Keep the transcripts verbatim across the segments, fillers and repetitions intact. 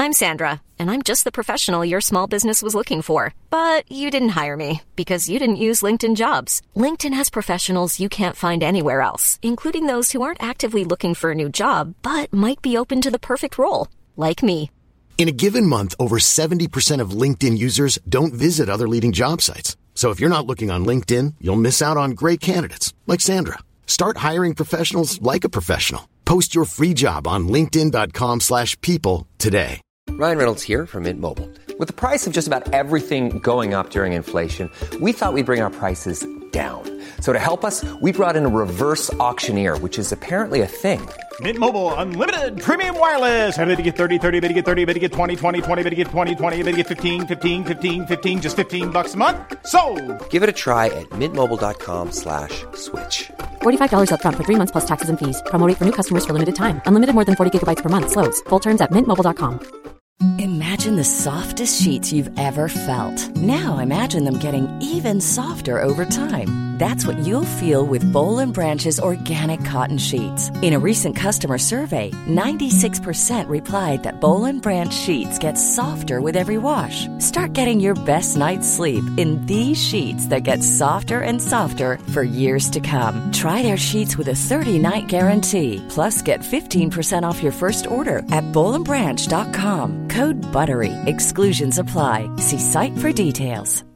I'm Sandra, and I'm just the professional your small business was looking for. But you didn't hire me because you didn't use LinkedIn Jobs. LinkedIn has professionals you can't find anywhere else, including those who aren't actively looking for a new job, but might be open to the perfect role, like me. In a given month, over seventy percent of LinkedIn users don't visit other leading job sites. So if you're not looking on LinkedIn, you'll miss out on great candidates, like Sandra. Start hiring professionals like a professional. Post your free job on linkedin.com slash people today. Ryan Reynolds here from Mint Mobile. With the price of just about everything going up during inflation, we thought we'd bring our prices down. So to help us, we brought in a reverse auctioneer, which is apparently a thing. Mint Mobile Unlimited Premium Wireless. How to get thirty, thirty, how to get thirty, how to get twenty, twenty, twenty, how to get twenty, twenty, how to get fifteen, fifteen, fifteen, fifteen, just fifteen bucks a month? Sold! Give it a try at mintmobile.com slash switch. forty-five dollars up front for three months plus taxes and fees. Promo rate for new customers for limited time. Unlimited more than forty gigabytes per month. Slows full terms at mint mobile dot com. Imagine the softest sheets you've ever felt. Now imagine them getting even softer over time. That's what you'll feel with Boll and Branch's organic cotton sheets. In a recent customer survey, ninety-six percent replied that Boll and Branch sheets get softer with every wash. Start getting your best night's sleep in these sheets that get softer and softer for years to come. Try their sheets with a thirty-night guarantee. Plus, get fifteen percent off your first order at boll and branch dot com. Code BUTTERY. Exclusions apply. See site for details.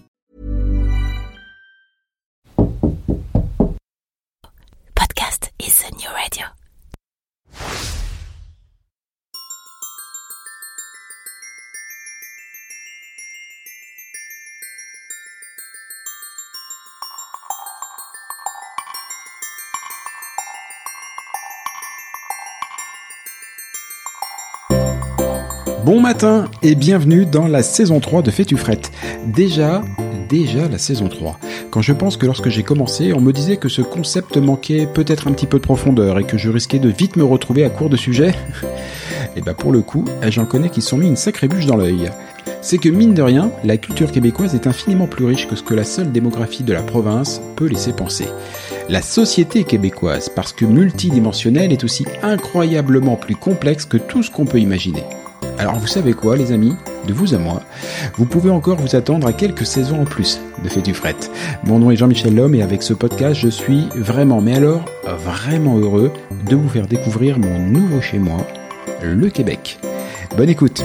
Podcast is the new radio. Bon matin et bienvenue dans la saison trois de Fais-tu frette. Déjà, déjà la saison trois. Quand je pense que lorsque j'ai commencé, on me disait que ce concept manquait peut-être un petit peu de profondeur et que je risquais de vite me retrouver à court de sujets, et bah pour le coup, j'en connais qui se sont mis une sacrée bûche dans l'œil. C'est que mine de rien, la culture québécoise est infiniment plus riche que ce que la seule démographie de la province peut laisser penser. La société québécoise, parce que multidimensionnelle, est aussi incroyablement plus complexe que tout ce qu'on peut imaginer. Alors vous savez quoi les amis, de vous à moi, vous pouvez encore vous attendre à quelques saisons en plus de Fais-tu frette. Mon nom est Jean-Michel Lhomme et avec ce podcast je suis vraiment, mais alors vraiment heureux de vous faire découvrir mon nouveau chez moi, le Québec. Bonne écoute.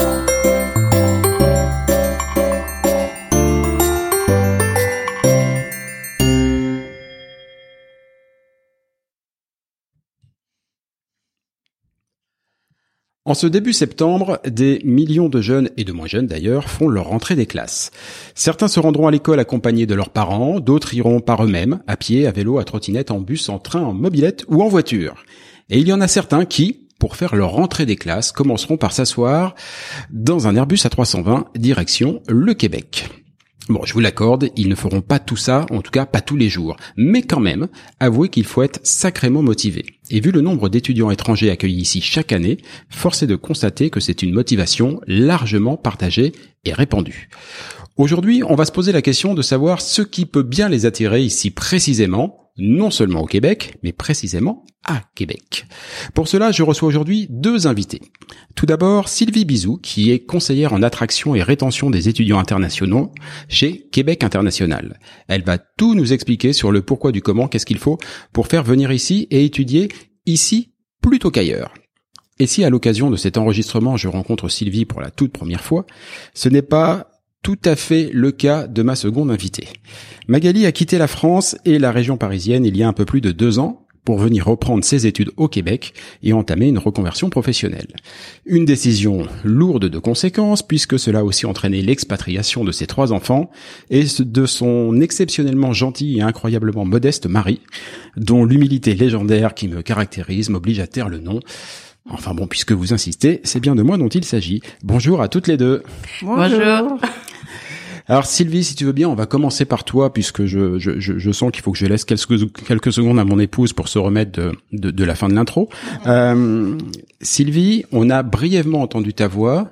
En ce début septembre, des millions de jeunes, et de moins jeunes d'ailleurs, font leur rentrée des classes. Certains se rendront à l'école accompagnés de leurs parents, d'autres iront par eux-mêmes, à pied, à vélo, à trottinette, en bus, en train, en mobilette ou en voiture. Et il y en a certains qui, pour faire leur rentrée des classes, commenceront par s'asseoir dans un Airbus A trois cent vingt, direction le Québec. Bon, je vous l'accorde, ils ne feront pas tout ça, en tout cas pas tous les jours. Mais quand même, avouez qu'il faut être sacrément motivé. Et vu le nombre d'étudiants étrangers accueillis ici chaque année, force est de constater que c'est une motivation largement partagée et répandue. Aujourd'hui, on va se poser la question de savoir ce qui peut bien les attirer ici précisément, non seulement au Québec, mais précisément à Québec. Pour cela, je reçois aujourd'hui deux invités. Tout d'abord, Sylvie Bizou, qui est conseillère en attraction et rétention des étudiants internationaux chez Québec International. Elle va tout nous expliquer sur le pourquoi du comment, qu'est-ce qu'il faut pour faire venir ici et étudier ici plutôt qu'ailleurs. Et si à l'occasion de cet enregistrement, je rencontre Sylvie pour la toute première fois, ce n'est pas tout à fait le cas de ma seconde invitée. Magali a quitté la France et la région parisienne il y a un peu plus de deux ans pour venir reprendre ses études au Québec et entamer une reconversion professionnelle. Une décision lourde de conséquences puisque cela a aussi entraîné l'expatriation de ses trois enfants et de son exceptionnellement gentil et incroyablement modeste mari, dont l'humilité légendaire qui me caractérise m'oblige à taire le nom. Enfin bon, puisque vous insistez, c'est bien de moi dont il s'agit. Bonjour à toutes les deux. Bonjour. Alors Sylvie, si tu veux bien, on va commencer par toi, puisque je, je, je, je sens qu'il faut que je laisse quelques, quelques secondes à mon épouse pour se remettre de, de, de la fin de l'intro. Euh, Sylvie, on a brièvement entendu ta voix.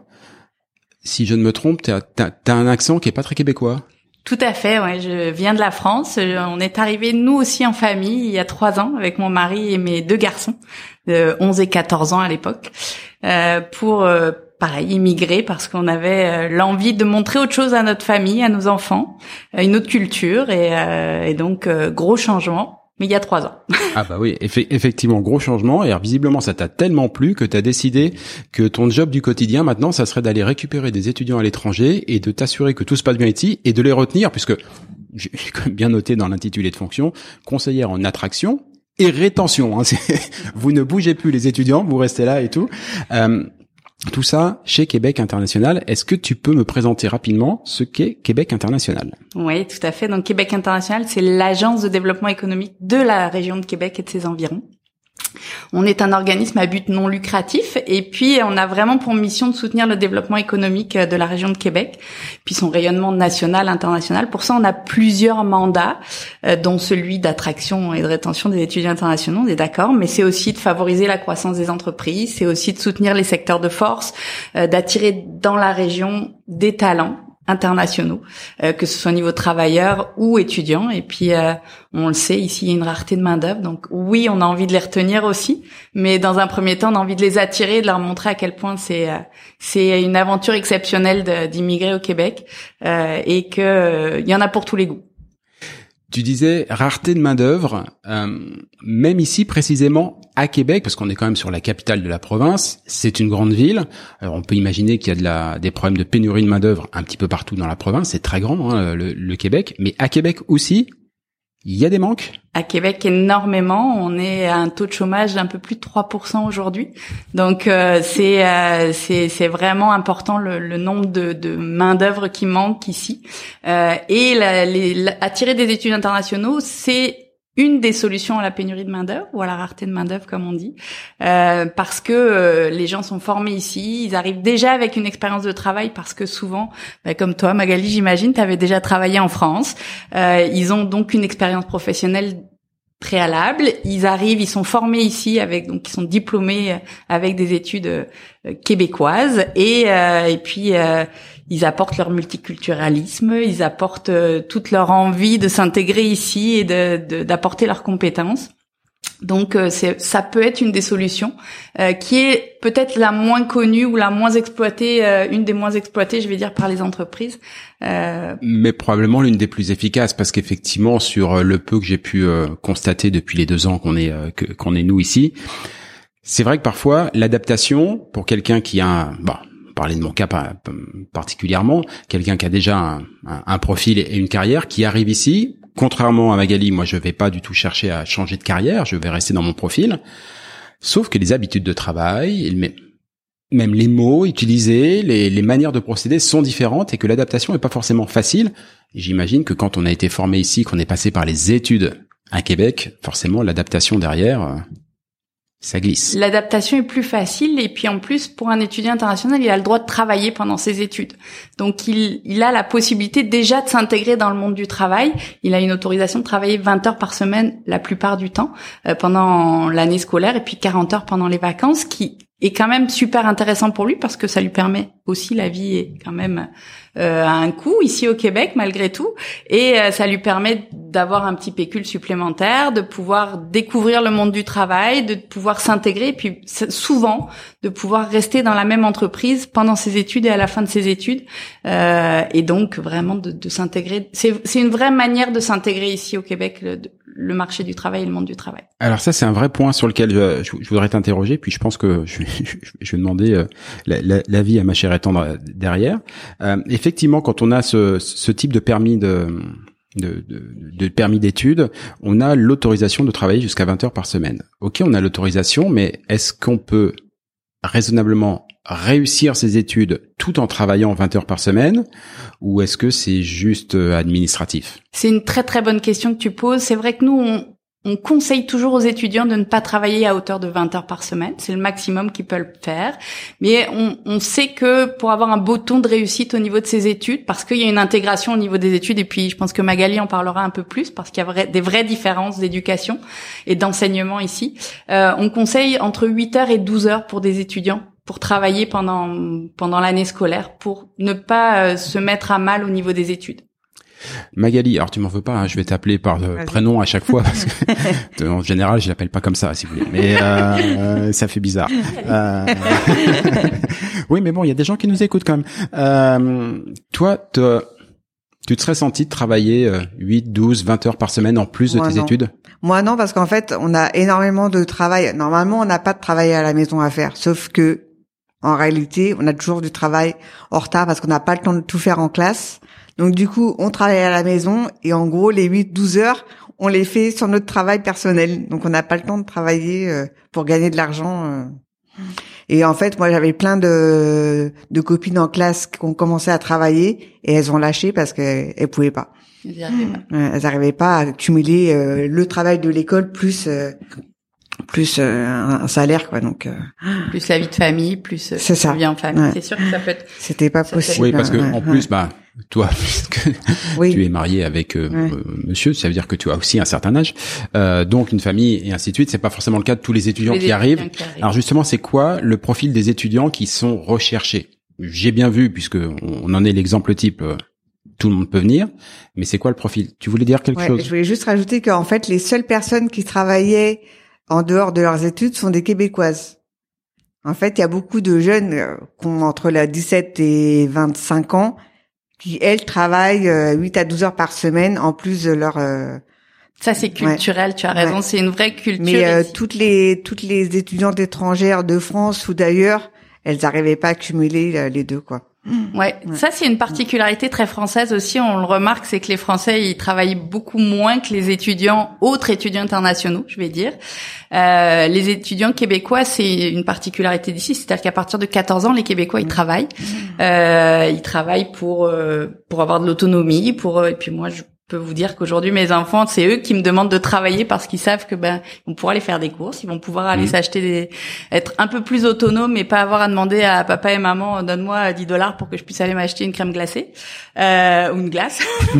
Si je ne me trompe, t'as, t'as, t'as un accent qui est pas très québécois. Tout à fait, ouais. Je viens de la France. On est arrivés, nous aussi, en famille, il y a trois ans, avec mon mari et mes deux garçons, de onze et quatorze ans à l'époque, euh, pour euh, pareil, immigrer parce qu'on avait euh, l'envie de montrer autre chose à notre famille, à nos enfants, euh, une autre culture et, euh, et donc euh, gros changement. Mais il y a trois ans. Ah bah oui, eff- effectivement, gros changement. Et alors, visiblement, ça t'a tellement plu que t'as décidé que ton job du quotidien, maintenant, ça serait d'aller récupérer des étudiants à l'étranger et de t'assurer que tout se passe bien ici et de les retenir, puisque j'ai quand même bien noté dans l'intitulé de fonction, conseillère en attraction et rétention. Hein. C'est- vous ne bougez plus les étudiants, vous restez là et tout. Euh, tout ça chez Québec International. Est-ce que tu peux me présenter rapidement ce qu'est Québec International ? Oui, tout à fait. Donc Québec International, c'est l'agence de développement économique de la région de Québec et de ses environs. On est un organisme à but non lucratif et puis on a vraiment pour mission de soutenir le développement économique de la région de Québec, puis son rayonnement national, international. Pour ça, on a plusieurs mandats, euh, dont celui d'attraction et de rétention des étudiants internationaux, on est d'accord, mais c'est aussi de favoriser la croissance des entreprises, c'est aussi de soutenir les secteurs de force, euh, d'attirer dans la région des talents internationaux, euh, que ce soit au niveau travailleurs ou étudiants. Et puis, euh, on le sait, ici, il y a une rareté de main-d'œuvre. Donc, oui, on a envie de les retenir aussi, mais dans un premier temps, on a envie de les attirer, de leur montrer à quel point c'est euh, c'est une aventure exceptionnelle de, d'immigrer au Québec euh, et que euh, il y en a pour tous les goûts. Tu disais rareté de main-d'œuvre, euh, même ici précisément à Québec, parce qu'on est quand même sur la capitale de la province, c'est une grande ville. Alors on peut imaginer qu'il y a de la, des problèmes de pénurie de main-d'œuvre un petit peu partout dans la province, c'est très grand hein, le, le Québec, mais à Québec aussi, il y a des manques. À Québec, énormément. On est à un taux de chômage d'un peu plus de trois pour cent aujourd'hui. Donc, euh, c'est, euh, c'est, c'est vraiment important le, le nombre de, de main-d'œuvre qui manque ici. Euh, et la, les, la, attirer des étudiants internationaux, c'est une des solutions à la pénurie de main-d'œuvre ou à la rareté de main-d'œuvre, comme on dit, euh, parce que euh, les gens sont formés ici, ils arrivent déjà avec une expérience de travail, parce que souvent, bah, comme toi, Magali, j'imagine, tu avais déjà travaillé en France. Euh, ils ont donc une expérience professionnelle préalable. Ils arrivent, ils sont formés ici avec, donc ils sont diplômés avec des études euh, québécoises et euh, et puis euh, ils apportent leur multiculturalisme, ils apportent euh, toute leur envie de s'intégrer ici et de, de d'apporter leurs compétences. Donc euh, c'est, ça peut être une des solutions euh, qui est peut-être la moins connue ou la moins exploitée, euh, une des moins exploitées, je vais dire, par les entreprises. Euh... Mais probablement l'une des plus efficaces, parce qu'effectivement, sur le peu que j'ai pu euh, constater depuis les deux ans qu'on est euh, que, qu'on est nous ici, c'est vrai que parfois l'adaptation pour quelqu'un qui a un, bon, parler de mon cas particulièrement, quelqu'un qui a déjà un, un, un profil et une carrière, qui arrive ici. Contrairement à Magali, moi je vais pas du tout chercher à changer de carrière, je vais rester dans mon profil. Sauf que les habitudes de travail, même les mots utilisés, les, les manières de procéder sont différentes et que l'adaptation est pas forcément facile. Et j'imagine que quand on a été formé ici, qu'on est passé par les études à Québec, forcément l'adaptation derrière, ça glisse. L'adaptation est plus facile et puis en plus, pour un étudiant international, il a le droit de travailler pendant ses études. Donc il, il a la possibilité déjà de s'intégrer dans le monde du travail. Il a une autorisation de travailler vingt heures par semaine la plupart du temps euh, pendant l'année scolaire et puis quarante heures pendant les vacances, qui est quand même super intéressant pour lui parce que ça lui permet aussi, la vie est quand même euh, à un coût ici au Québec malgré tout, et euh, ça lui permet d'avoir un petit pécule supplémentaire, de pouvoir découvrir le monde du travail, de pouvoir s'intégrer et puis souvent de pouvoir rester dans la même entreprise pendant ses études et à la fin de ses études, euh, et donc vraiment de, de s'intégrer. C'est, c'est une vraie manière de s'intégrer ici au Québec, le, le marché du travail et le monde du travail. Alors ça, c'est un vrai point sur lequel je, je, je voudrais t'interroger, puis je pense que je, je, je vais demander euh, l'avis la, à ma chère et tendre derrière. Euh, effectivement, quand on a ce, ce type de permis de, de, de, de permis d'études, on a l'autorisation de travailler jusqu'à vingt heures par semaine. Ok, on a l'autorisation, mais est-ce qu'on peut raisonnablement réussir ses études tout en travaillant vingt heures par semaine, ou est-ce que c'est juste administratif? C'est une très très bonne question que tu poses. C'est vrai que nous, on, on conseille toujours aux étudiants de ne pas travailler à hauteur de vingt heures par semaine. C'est le maximum qu'ils peuvent faire. Mais on, on sait que pour avoir un beau ton de réussite au niveau de ses études, parce qu'il y a une intégration au niveau des études, et puis je pense que Magali en parlera un peu plus, parce qu'il y a vrai, des vraies différences d'éducation et d'enseignement ici, euh, on conseille entre huit heures et douze heures pour des étudiants pour travailler pendant pendant l'année scolaire, pour ne pas euh, se mettre à mal au niveau des études. Magali, alors tu m'en veux pas, hein, je vais t'appeler par euh, prénom à chaque fois parce que en général je l'appelle pas comme ça, si vous voulez. Mais euh, ça fait bizarre. Euh... oui, mais bon, il y a des gens qui nous écoutent quand même. Euh, toi, te... tu te serais senti de travailler euh, huit, douze, vingt heures par semaine en plus de Moi, tes non. études? Moi non, parce qu'en fait, on a énormément de travail. Normalement, on n'a pas de travail à la maison à faire, sauf que en réalité, on a toujours du travail en retard parce qu'on n'a pas le temps de tout faire en classe. Donc du coup, on travaille à la maison et en gros, les huit douze heures, on les fait sur notre travail personnel. Donc on n'a pas le temps de travailler euh, pour gagner de l'argent. Euh. Et en fait, moi, j'avais plein de de copines en classe qui ont commencé à travailler et elles ont lâché parce qu'elles elles pouvaient pas. Elles n'arrivaient pas. Elles n'arrivaient pas à cumuler euh, le travail de l'école plus euh, plus euh, un salaire, quoi. Donc euh, plus la vie de famille, plus euh, c'est ça. la vie en famille. Ouais. C'est sûr que ça peut être. C'était pas possible. Oui, parce que ouais, en ouais. plus, bah toi, puisque oui. tu es marié avec euh, Ouais. euh, monsieur, ça veut dire que tu as aussi un certain âge, euh, donc une famille et ainsi de suite. C'est pas forcément le cas de tous les étudiants Les qui étudiants arrivent. qui arrivent. Alors justement, c'est quoi le profil des étudiants qui sont recherchés? J'ai bien vu, puisque on en est l'exemple type. Euh, tout le monde peut venir, mais c'est quoi le profil? Tu voulais dire quelque Ouais, chose? je voulais juste rajouter qu'en fait, les seules personnes qui travaillaient en dehors de leurs études sont des Québécoises. En fait, il y a beaucoup de jeunes euh, qui ont entre la dix-sept et vingt-cinq ans qui, elles, travaillent euh, huit à douze heures par semaine en plus de leur... Euh... Ça, c'est culturel, ouais. tu as raison, Ouais. c'est une vraie culture. Mais euh, ici. toutes les toutes les étudiantes étrangères de France ou d'ailleurs, elles n'arrivaient pas à cumuler euh, les deux, quoi. Ouais, ça c'est une particularité très française aussi, on le remarque, c'est que les Français ils travaillent beaucoup moins que les étudiants, autres étudiants internationaux, je vais dire. Euh, les étudiants québécois, c'est une particularité d'ici, c'est-à-dire qu'à partir de quatorze ans, les Québécois ils travaillent, euh, ils travaillent pour euh, pour avoir de l'autonomie, pour euh, et puis moi je peux vous dire qu'aujourd'hui mes enfants, c'est eux qui me demandent de travailler parce qu'ils savent que ben ils vont pouvoir aller faire des courses, ils vont pouvoir aller mmh. s'acheter des, être un peu plus autonomes et pas avoir à demander à papa et maman donne-moi dix dollars pour que je puisse aller m'acheter une crème glacée euh, ou une glace.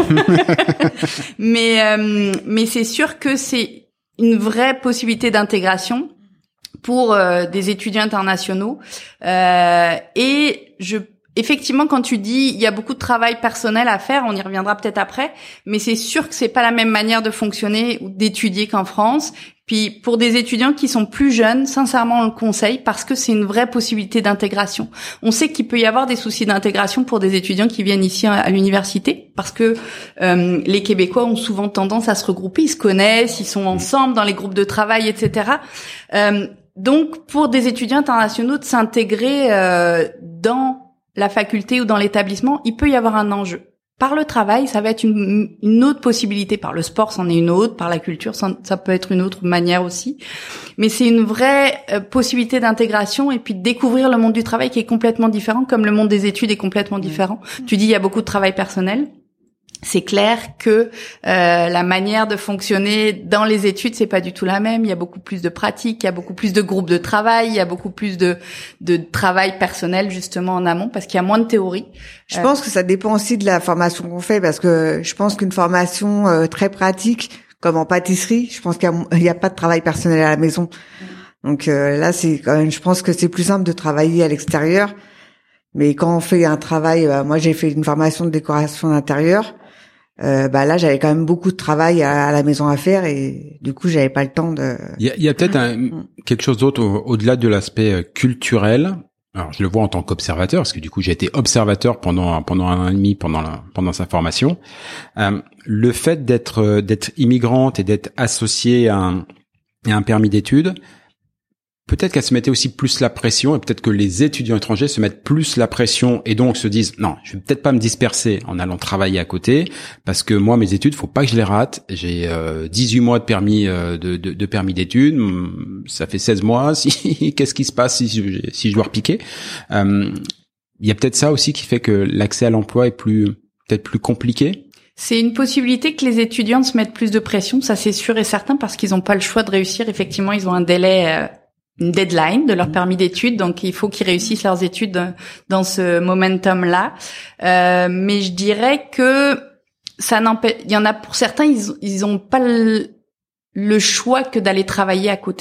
mais euh, mais c'est sûr que c'est une vraie possibilité d'intégration pour euh, des étudiants internationaux euh, et je effectivement, quand tu dis il y a beaucoup de travail personnel à faire, on y reviendra peut-être après, mais c'est sûr que c'est pas la même manière de fonctionner ou d'étudier qu'en France. Puis pour des étudiants qui sont plus jeunes, sincèrement, on le conseille parce que c'est une vraie possibilité d'intégration. On sait qu'il peut y avoir des soucis d'intégration pour des étudiants qui viennent ici à l'université parce que euh, les Québécois ont souvent tendance à se regrouper, ils se connaissent, ils sont ensemble dans les groupes de travail, et cetera. Euh, donc pour des étudiants internationaux de s'intégrer euh, dans la faculté ou dans l'établissement, il peut y avoir un enjeu. Par le travail, ça va être une, une autre possibilité. Par le sport, c'en est une autre. Par la culture, ça, ça peut être une autre manière aussi. Mais c'est une vraie euh, possibilité d'intégration et puis de découvrir le monde du travail qui est complètement différent, comme le monde des études est complètement différent. Mmh. Tu dis, il y a beaucoup de travail personnel. C'est clair que euh, la manière de fonctionner dans les études, c'est pas du tout la même. Il y a beaucoup plus de pratiques, il y a beaucoup plus de groupes de travail, il y a beaucoup plus de, de travail personnel justement en amont parce qu'il y a moins de théorie. Je euh... pense que ça dépend aussi de la formation qu'on fait parce que je pense qu'une formation euh, très pratique, comme en pâtisserie, je pense qu'il n'y a, a pas de travail personnel à la maison. Donc euh, là, c'est quand même, je pense que c'est plus simple de travailler à l'extérieur. Mais quand on fait un travail, bah, moi j'ai fait une formation de décoration d'intérieur. Euh, bah là j'avais quand même beaucoup de travail à, à la maison à faire et du coup j'avais pas le temps de. Il y a, il y a peut-être un, quelque chose d'autre au, au-delà de l'aspect culturel. Alors je le vois en tant qu'observateur parce que du coup j'ai été observateur pendant pendant un an et demi pendant la, pendant sa formation. Euh, le fait d'être d'être immigrante et d'être associée à un, à un permis d'études. Peut-être qu'elle se mettait aussi plus la pression et peut-être que les étudiants étrangers se mettent plus la pression et donc se disent non, je vais peut-être pas me disperser en allant travailler à côté parce que moi mes études, faut pas que je les rate. J'ai euh, dix-huit mois de permis euh, de, de, de permis d'études, ça fait seize mois. Si qu'est-ce qui se passe si je, si je dois repiquer? Euh, il y a peut-être ça aussi qui fait que l'accès à l'emploi est plus peut-être plus compliqué. C'est une possibilité que les étudiants se mettent plus de pression, ça c'est sûr et certain parce qu'ils n'ont pas le choix de réussir. Effectivement, ils ont un délai. Euh... une deadline de leur permis d'études, donc il faut qu'ils réussissent leurs études dans ce momentum-là. Euh, mais je dirais que ça n'empêche. Il y en a pour certains, ils ils ont pas le, le choix que d'aller travailler à côté.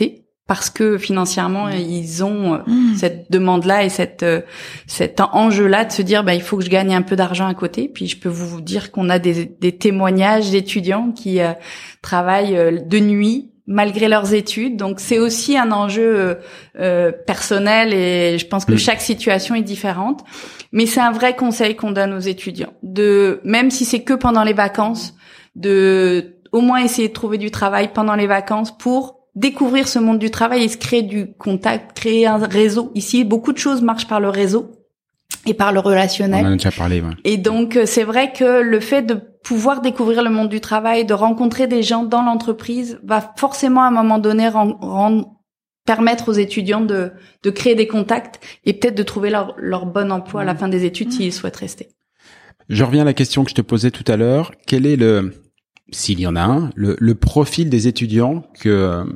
parce que financièrement ils ont mmh. cette demande-là et cette euh, cet enjeu-là de se dire bah il faut que je gagne un peu d'argent à côté. Puis je peux vous dire qu'on a des, des témoignages d'étudiants qui euh, travaillent euh, de nuit malgré leurs études. Donc c'est aussi un enjeu euh, euh, personnel et je pense que mmh. chaque situation est différente. Mais c'est un vrai conseil qu'on donne aux étudiants, de même si c'est que pendant les vacances, de au moins essayer de trouver du travail pendant les vacances pour découvrir ce monde du travail et se créer du contact, créer un réseau. Ici, beaucoup de choses marchent par le réseau et par le relationnel. On en a déjà parlé, ouais. Et donc, c'est vrai que le fait de pouvoir découvrir le monde du travail, de rencontrer des gens dans l'entreprise, va forcément à un moment donné rendre, rendre, permettre aux étudiants de, de créer des contacts et peut-être de trouver leur, leur bon emploi à la fin des études s'ils souhaitent rester. Je reviens à la question que je te posais tout à l'heure. Quel est le... s'il y en a un, le, le profil des étudiants que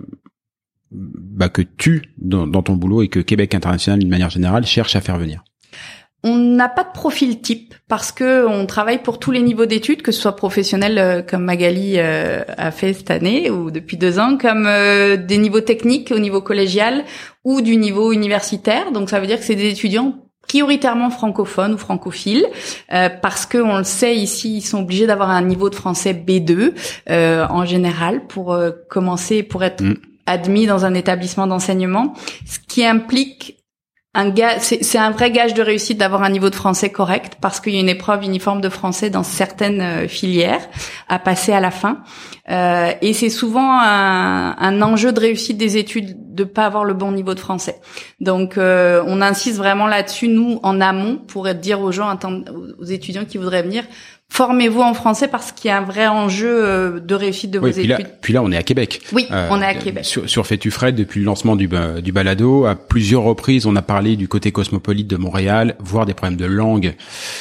bah, que tu, dans, dans ton boulot et que Québec International, d'une manière générale, cherche à faire venir? On n'a pas de profil type parce que on travaille pour tous les niveaux d'études, que ce soit professionnel euh, comme Magali euh, a fait cette année ou depuis deux ans, comme euh, des niveaux techniques au niveau collégial ou du niveau universitaire. Donc ça veut dire que c'est des étudiants prioritairement francophones ou francophiles, euh, parce que on le sait ici, ils sont obligés d'avoir un niveau de français B deux euh, en général pour euh, commencer, pour être mmh. admis dans un établissement d'enseignement, ce qui implique un ga- c'est, c'est un vrai gage de réussite d'avoir un niveau de français correct, parce qu'il y a une épreuve uniforme de français dans certaines euh, filières à passer à la fin. Euh, et c'est souvent un, un enjeu de réussite des études de pas avoir le bon niveau de français. Donc, euh, on insiste vraiment là-dessus, nous, en amont, pour dire aux gens, aux étudiants qui voudraient venir, formez-vous en français parce qu'il y a un vrai enjeu de réussite de oui, vos puis études. Là, puis là, on est à Québec. Oui, euh, on est à Québec. Sur, sur Fais-tu Fred, depuis le lancement du, du balado, à plusieurs reprises, on a parlé du côté cosmopolite de Montréal, voire des problèmes de langue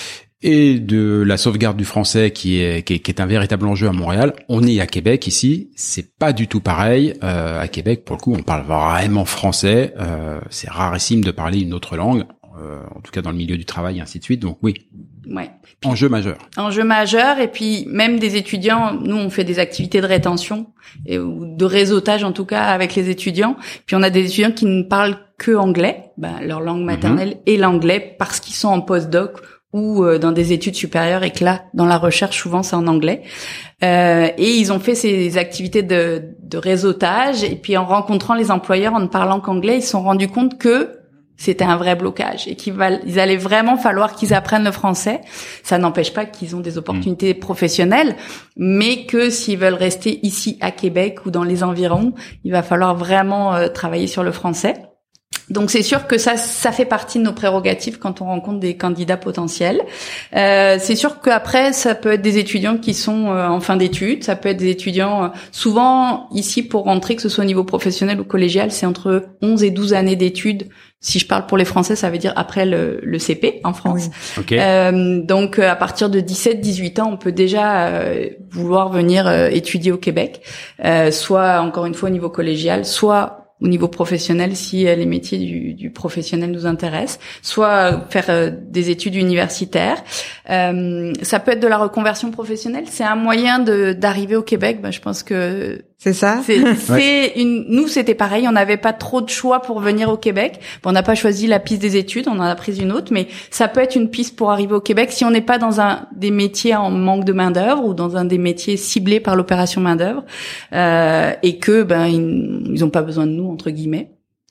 et de la sauvegarde du français qui est, qui est, qui est un véritable enjeu à Montréal. On est à Québec ici, c'est pas du tout pareil. Euh, à Québec, pour le coup, on parle vraiment français. Euh, c'est rarissime de parler une autre langue, euh, en tout cas dans le milieu du travail et ainsi de suite. Donc oui. Ouais. Puis, enjeu majeur. Enjeu majeur, et puis même des étudiants, nous on fait des activités de rétention et ou de réseautage en tout cas avec les étudiants. Puis on a des étudiants qui ne parlent que anglais, ben, leur langue maternelle mm-hmm. et l'anglais parce qu'ils sont en postdoc ou euh, dans des études supérieures et que là, dans la recherche, souvent c'est en anglais. Euh, et ils ont fait ces activités de, de réseautage et puis en rencontrant les employeurs, en ne parlant qu'anglais, ils se sont rendus compte que c'était un vrai blocage et qu'il va, ils allaient vraiment falloir qu'ils apprennent le français. Ça n'empêche pas qu'ils ont des opportunités mmh. professionnelles, mais que s'ils veulent rester ici à Québec ou dans les environs, il va falloir vraiment euh, travailler sur le français. Donc c'est sûr que ça, ça fait partie de nos prérogatives quand on rencontre des candidats potentiels. Euh, c'est sûr qu'après, ça peut être des étudiants qui sont euh, en fin d'études, ça peut être des étudiants, euh, souvent ici pour rentrer, que ce soit au niveau professionnel ou collégial, c'est entre onze et douze années d'études. Si je parle pour les Français, ça veut dire après le, le C P en France. Oui. Okay. Euh, donc à partir de dix-sept dix-huit ans, on peut déjà euh, vouloir venir euh, étudier au Québec, euh, soit encore une fois au niveau collégial, soit au niveau professionnel si euh, les métiers du, du professionnel nous intéressent, soit euh, faire euh, des études universitaires. Euh, ça peut être de la reconversion professionnelle. C'est un moyen de d'arriver au Québec. Ben, je pense que c'est ça. C'est, c'est ouais. une. Nous, c'était pareil. On n'avait pas trop de choix pour venir au Québec. Bon, on n'a pas choisi la piste des études. On en a pris une autre, mais ça peut être une piste pour arriver au Québec si on n'est pas dans un des métiers en manque de main d'œuvre ou dans un des métiers ciblés par l'opération main d'œuvre euh, et que ben ils, ils ont pas besoin de nous entre guillemets.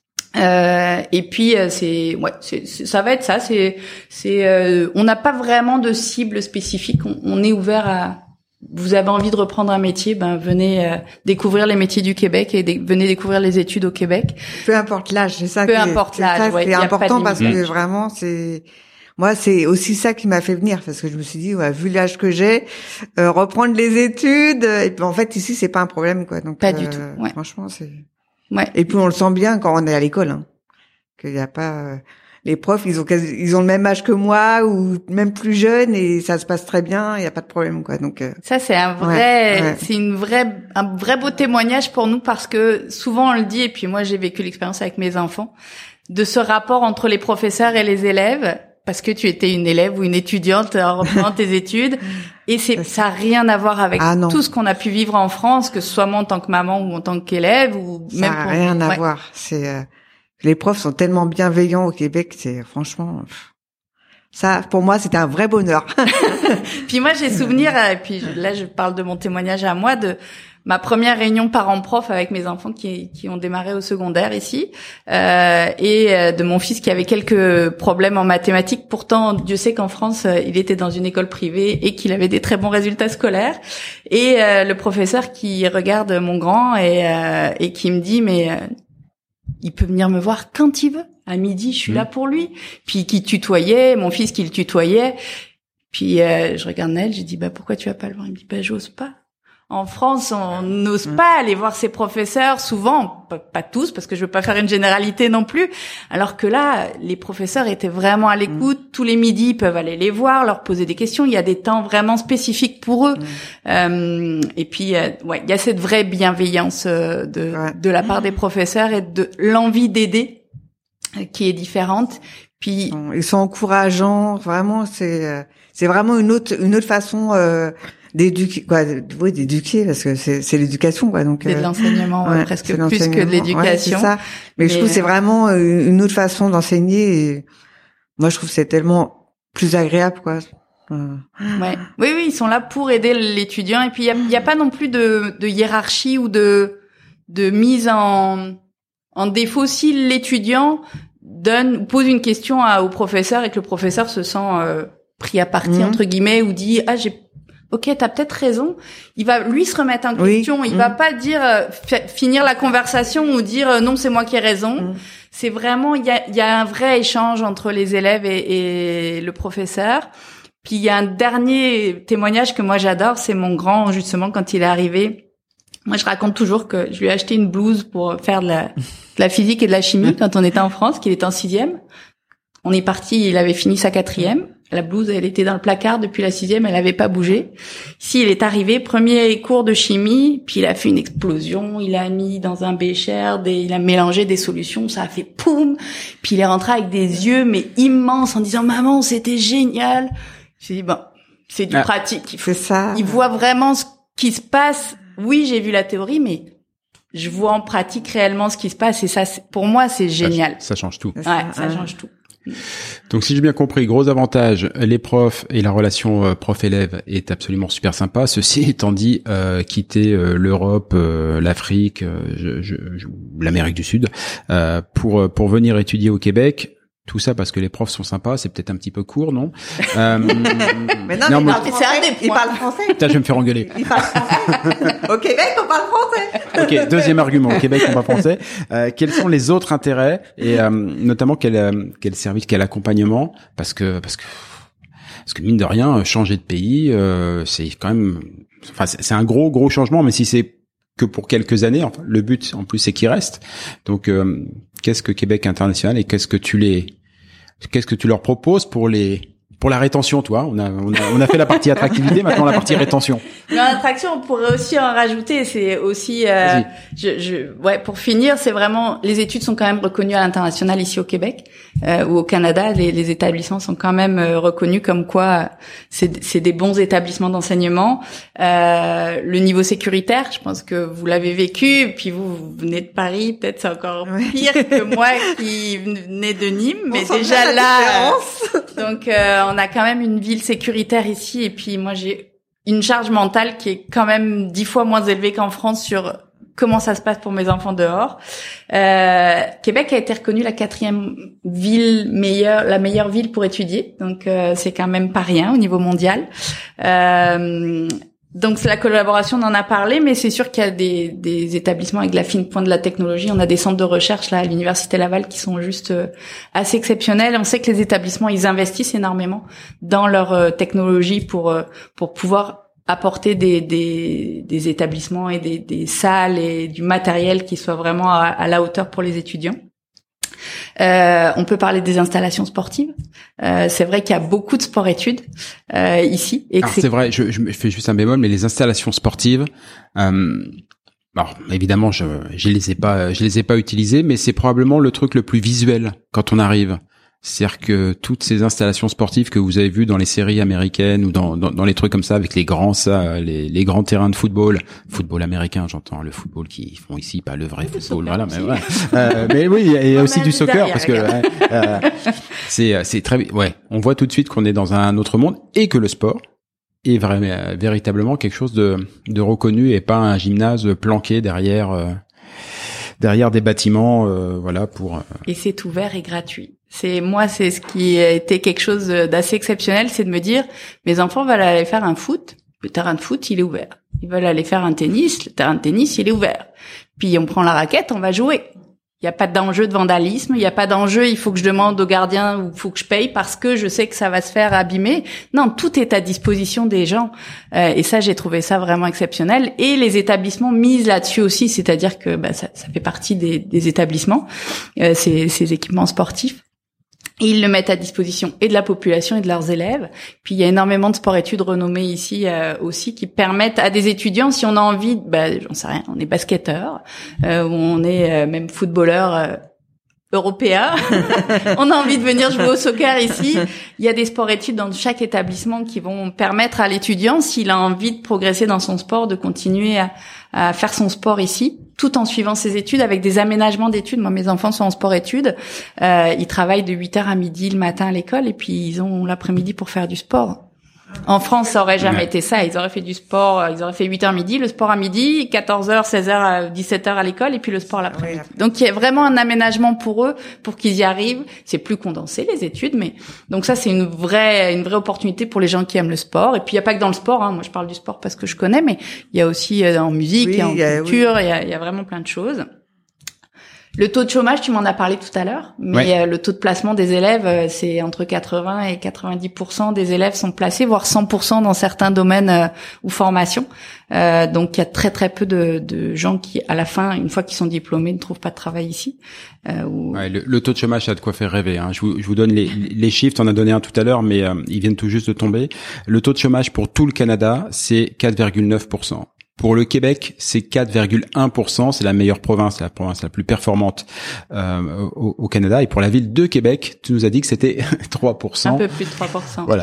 Euh, et puis c'est ouais, c'est, c'est ça va être ça. C'est c'est euh, on n'a pas vraiment de cible spécifique. On, on est ouvert à. Vous avez envie de reprendre un métier, ben venez euh, découvrir les métiers du Québec et dé- venez découvrir les études au Québec. Peu importe l'âge, c'est ça. Peu qui importe est, l'âge, c'est, ça, ouais, c'est important parce limite. que vraiment c'est. Moi, c'est aussi ça qui m'a fait venir parce que je me suis dit, ouais, vu l'âge que j'ai, euh, reprendre les études. Et puis en fait, ici, c'est pas un problème, quoi. Donc pas euh, du tout. Ouais. Franchement, c'est. Ouais. Et puis on le sent bien quand on est à l'école, hein, qu'il y a pas. Euh... Les profs, ils ont quasi, ils ont le même âge que moi ou même plus jeunes et ça se passe très bien, il y a pas de problème quoi. Donc euh, ça c'est un vrai ouais, ouais. c'est une vraie un vrai beau témoignage pour nous parce que souvent on le dit et puis moi j'ai vécu l'expérience avec mes enfants de ce rapport entre les professeurs et les élèves parce que tu étais une élève ou une étudiante en reprenant tes études. Et c'est, ça a rien à voir avec ah tout ce qu'on a pu vivre en France, que ce soit moi en tant que maman ou en tant qu'élève ou ça même a pour... rien à ouais. voir. C'est, euh, les profs sont tellement bienveillants au Québec, c'est franchement, ça, pour moi, c'était un vrai bonheur. Puis moi, j'ai souvenir, et puis là, je parle de mon témoignage à moi, de ma première réunion parents-prof avec mes enfants qui, qui ont démarré au secondaire ici, euh, et de mon fils qui avait quelques problèmes en mathématiques. Pourtant, Dieu sait qu'en France, il était dans une école privée et qu'il avait des très bons résultats scolaires. Et euh, le professeur qui regarde mon grand et, euh, et qui me dit, mais euh, il peut venir me voir quand il veut. À midi, je suis mmh. là pour lui. Puis qui tutoyait, mon fils qui le tutoyait. Puis euh, je regarde Naël, j'ai dit, bah pourquoi tu vas pas le voir? Il me dit, bah j'ose pas. En France, on n'ose pas aller voir ses professeurs, souvent, pas tous, parce que je veux pas faire une généralité non plus, alors que là, les professeurs étaient vraiment à l'écoute. Mmh. Tous les midis, ils peuvent aller les voir, leur poser des questions. Il y a des temps vraiment spécifiques pour eux. Mmh. Euh, et puis, euh, ouais, il y a cette vraie bienveillance euh, de, ouais. de la part des professeurs et de l'envie d'aider euh, qui est différente. Puis ils sont encourageants, vraiment. C'est euh, c'est vraiment une autre une autre façon. Euh, d'éduquer quoi oui d'éduquer parce que c'est c'est l'éducation quoi donc c'est de l'enseignement euh, ouais, presque plus que de l'éducation ouais, c'est ça. Mais, mais je trouve que c'est vraiment une autre façon d'enseigner et moi je trouve que c'est tellement plus agréable quoi. Ouais. Oui oui, ils sont là pour aider l'étudiant et puis il y a il y a pas non plus de de hiérarchie ou de de mise en en défaut si l'étudiant donne pose une question à, au professeur et que le professeur se sent euh, pris à partie mmh. entre guillemets ou dit ah j'ai ok, t'as peut-être raison. Il va lui se remettre en question. Oui. Il mmh. va pas dire euh, f- finir la conversation ou dire euh, non, c'est moi qui ai raison. Mmh. C'est vraiment il y a il y a un vrai échange entre les élèves et, et le professeur. Puis il y a un dernier témoignage que moi j'adore, c'est mon grand justement quand il est arrivé. Moi je raconte toujours que je lui ai acheté une blouse pour faire de la, de la physique et de la chimie quand on était en France, qu'il était en sixième. On est parti, il avait fini sa quatrième. La blouse, elle était dans le placard depuis la sixième, elle avait pas bougé. Ici, il est arrivé, premier cours de chimie, puis il a fait une explosion, il a mis dans un bécher, des, il a mélangé des solutions, ça a fait poum, puis il est rentré avec des yeux, mais immenses, en disant, maman, c'était génial. J'ai dit, bon, c'est du ah, pratique. Il faut, c'est ça. Il voit vraiment ce qui se passe. Oui, j'ai vu la théorie, mais je vois en pratique réellement ce qui se passe, et ça, pour moi, c'est génial. Ça, ça change tout. Ouais, ça, ça change tout. Donc si j'ai bien compris, gros avantage, les profs et la relation euh, prof-élève est absolument super sympa. Ceci étant dit, euh, quitter euh, l'Europe, euh, l'Afrique, euh, je, je, je, l'Amérique du Sud, euh, pour pour venir étudier au Québec. Tout ça parce que les profs sont sympas, c'est peut-être un petit peu court, non euh, Mais non, non mais mais c'est un des points. Il parle français. Putain, je vais me faire engueuler. Il parle français. Au Québec, on parle français. Ok, deuxième argument. Au Québec, on parle français. Euh, quels sont les autres intérêts et euh, notamment quel euh, quel service, quel accompagnement Parce que parce que parce que mine de rien, changer de pays, euh, c'est quand même, enfin, c'est, c'est un gros gros changement, mais si c'est que pour quelques années, enfin, le but en plus c'est qu'il reste. Donc euh, qu'est-ce que Québec International et qu'est-ce que tu les qu'est-ce que tu leur proposes pour les pour la rétention, toi? On a on a on a fait la partie attractivité, maintenant la partie rétention. Dans l'attraction, on pourrait aussi en rajouter, c'est aussi euh, je je ouais, pour finir, c'est vraiment les études sont quand même reconnues à l'international ici au Québec euh, ou au Canada, les les établissements sont quand même euh, reconnus comme quoi c'est c'est des bons établissements d'enseignement. Euh le niveau sécuritaire, je pense que vous l'avez vécu, puis vous, vous venez de Paris, peut-être c'est encore pire que moi qui venais de Nîmes, mais on déjà là euh, donc euh, on a quand même une ville sécuritaire ici et puis moi j'ai une charge mentale qui est quand même dix fois moins élevée qu'en France sur comment ça se passe pour mes enfants dehors. Euh, Québec a été reconnue la quatrième ville meilleure, la meilleure ville pour étudier, donc euh, c'est quand même pas rien au niveau mondial. Euh, Donc c'est la collaboration, on en a parlé, mais c'est sûr qu'il y a des, des établissements avec la fine pointe de la technologie. On a des centres de recherche là à l'Université Laval qui sont juste euh, assez exceptionnels. On sait que les établissements, ils investissent énormément dans leur euh, technologie pour euh, pour pouvoir apporter des des, des établissements et des, des salles et du matériel qui soit vraiment à, à la hauteur pour les étudiants. Euh, on peut parler des installations sportives. Euh, c'est vrai qu'il y a beaucoup de sport-études euh, ici. Et alors c'est... c'est vrai, je, je fais juste un bémol, mais les installations sportives, euh, alors évidemment, je, je les ai pas, je les ai pas utilisées, mais c'est probablement le truc le plus visuel quand on arrive. C'est-à-dire que toutes ces installations sportives que vous avez vues dans les séries américaines ou dans, dans, dans les trucs comme ça, avec les grands ça, les, les grands terrains de football, football américain, j'entends le football qu'ils font ici, pas le vrai football, voilà. Mais, ouais. euh, mais oui, il y a aussi du soccer parce que ouais, euh, c'est c'est très, ouais, on voit tout de suite qu'on est dans un autre monde et que le sport est vraiment véritablement quelque chose de, de reconnu et pas un gymnase planqué derrière. Euh, derrière des bâtiments, euh, voilà pour. Euh... Et c'est ouvert et gratuit. C'est moi, c'est ce qui a été quelque chose d'assez exceptionnel, c'est de me dire, mes enfants veulent aller faire un foot, le terrain de foot, il est ouvert. Ils veulent aller faire un tennis, le terrain de tennis, il est ouvert. Puis on prend la raquette, on va jouer. Il n'y a pas d'enjeu de vandalisme, il n'y a pas d'enjeu, il faut que je demande au gardien ou il faut que je paye parce que je sais que ça va se faire abîmer. Non, tout est à disposition des gens. Euh, et ça, j'ai trouvé ça vraiment exceptionnel. Et les établissements misent là-dessus aussi, c'est-à-dire que bah, ça, ça fait partie des, des établissements, euh, ces, ces équipements sportifs. Et ils le mettent à disposition et de la population et de leurs élèves. Puis il y a énormément de sports-études renommés ici euh, aussi qui permettent à des étudiants, si on a envie, bah, j'en sais rien, on est basketteur, euh, ou on est euh, même footballeur euh, européen, on a envie de venir jouer au soccer ici. Il y a des sports-études dans chaque établissement qui vont permettre à l'étudiant, s'il a envie de progresser dans son sport, de continuer à, à faire son sport ici, tout en suivant ses études avec des aménagements d'études. Moi, mes enfants sont en sport-études. Euh, ils travaillent de huit heures à midi le matin à l'école et puis ils ont l'après-midi pour faire du sport. En France, ça aurait jamais ouais. été ça. Ils auraient fait du sport, ils auraient fait huit heures midi, le sport à midi, quatorze heures, seize heures, dix-sept heures à l'école et puis le sport l'après-midi. Oui, donc, il y a vraiment un aménagement pour eux, pour qu'ils y arrivent. C'est plus condensé, les études, mais donc ça, c'est une vraie, une vraie opportunité pour les gens qui aiment le sport. Et puis, il n'y a pas que dans le sport, hein. Moi, je parle du sport parce que je connais, mais il y a aussi euh, en musique, oui, il y a en culture, oui. il y a, il y a vraiment plein de choses. Le taux de chômage, tu m'en as parlé tout à l'heure, mais ouais. euh, le taux de placement des élèves, euh, c'est entre quatre-vingts et quatre-vingt-dix pour cent des élèves sont placés, voire cent pour cent dans certains domaines euh, ou formations. Euh, donc il y a très très peu de, de gens qui, à la fin, une fois qu'ils sont diplômés, ne trouvent pas de travail ici. Euh, ou... ouais, le, le taux de chômage, ça a de quoi faire rêver. Hein. Je, vous, je vous donne les, les chiffres, t'en as donné un tout à l'heure, mais euh, ils viennent tout juste de tomber. Le taux de chômage pour tout le Canada, c'est quatre virgule neuf pour cent. Pour le Québec, c'est quatre virgule un pour cent, c'est la meilleure province, la province la plus performante euh, au, au Canada. Et pour la ville de Québec, tu nous as dit que c'était trois pour cent. Un peu plus de trois pour cent. Voilà.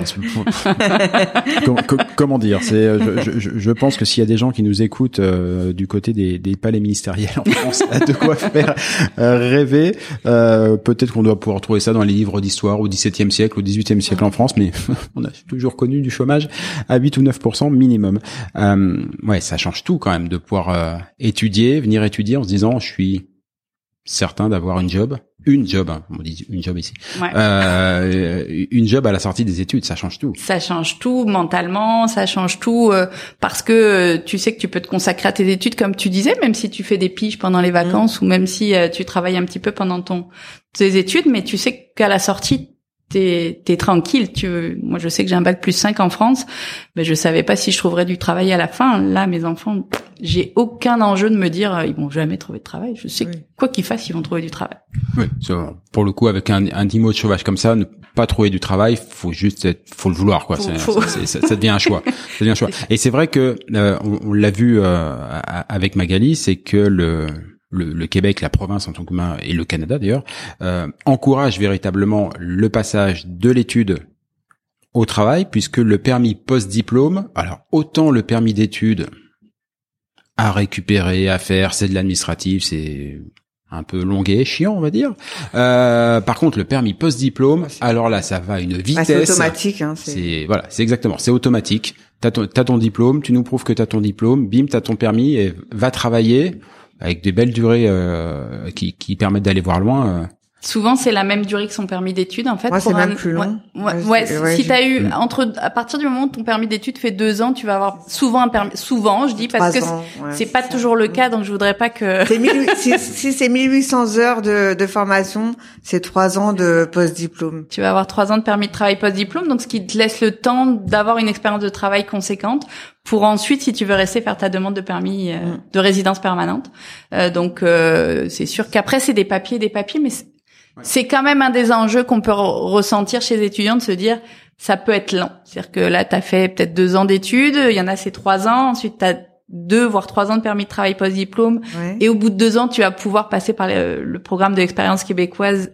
comment, comment dire c'est, je, je, je pense que s'il y a des gens qui nous écoutent euh, du côté des, des palais ministériels en France, ça a de quoi faire euh, rêver. Euh, peut-être qu'on doit pouvoir trouver ça dans les livres d'histoire au dix-septième siècle, au dix-huitième siècle en France, mais on a toujours connu du chômage à huit ou neuf pour cent minimum. Euh, ouais, ça change tout quand même de pouvoir euh, étudier, venir étudier en se disant je suis certain d'avoir une job, une job, hein, on dit une job ici, ouais. euh, une job à la sortie des études, ça change tout. Ça change tout mentalement, ça change tout euh, parce que euh, tu sais que tu peux te consacrer à tes études comme tu disais, même si tu fais des piges pendant les vacances mmh. ou même si euh, tu travailles un petit peu pendant ton tes études, mais tu sais qu'à la sortie t'es, t'es tranquille. Tu, moi, je sais que j'ai un bac plus cinq en France, mais je savais pas si je trouverais du travail à la fin. Là, mes enfants, j'ai aucun enjeu de me dire, euh, ils vont jamais trouver de travail. Je sais oui. que quoi qu'ils fassent, ils vont trouver du travail. Oui, pour le coup, avec un, un dix mots de chômage comme ça, ne pas trouver du travail, faut juste être, faut le vouloir, quoi. Faut, c'est, faut... C'est, c'est, ça devient un choix. Ça devient un choix. Et c'est vrai que, euh, on, on l'a vu, euh, avec Magali, c'est que le, Le, le Québec, la province en tant que main, et le Canada d'ailleurs, euh, encourage véritablement le passage de l'étude au travail, puisque le permis post-diplôme, alors autant le permis d'études à récupérer, à faire, c'est de l'administratif, c'est un peu longuet, chiant, on va dire. Euh, par contre, le permis post-diplôme, alors là, ça va à une vitesse. Ah, c'est automatique. Hein, c'est... c'est voilà, c'est exactement, c'est automatique. T'as ton, t'as ton diplôme, tu nous prouves que t'as ton diplôme, bim, t'as ton permis et va travailler. Avec des belles durées euh, qui, qui permettent d'aller voir loin. Euh. Souvent, c'est la même durée que son permis d'études, en fait. Moi, pour c'est un... même plus long. Ouais, ouais, ouais, ouais si t'as eu entre à partir du moment où ton permis d'études fait deux ans, tu vas avoir souvent un permis. Souvent, je dis parce que ans, c'est, ouais, c'est pas toujours le cas, donc je voudrais pas que. C'est mille, si, si c'est mille huit cents heures de, de formation, c'est trois ans de post-diplôme. Tu vas avoir trois ans de permis de travail post-diplôme, donc ce qui te laisse le temps d'avoir une expérience de travail conséquente. Pour ensuite, si tu veux rester, faire ta demande de permis euh, de résidence permanente. Euh, donc, euh, c'est sûr qu'après, c'est des papiers, des papiers, mais c'est, ouais. c'est quand même un des enjeux qu'on peut re- ressentir chez les étudiants, de se dire, ça peut être lent. C'est-à-dire que là, t'as fait peut-être deux ans d'études, il y en a, c'est trois ans, ensuite t'as deux, voire trois ans de permis de travail post-diplôme, ouais. et au bout de deux ans, tu vas pouvoir passer par le, le programme de l'expérience québécoise, mm.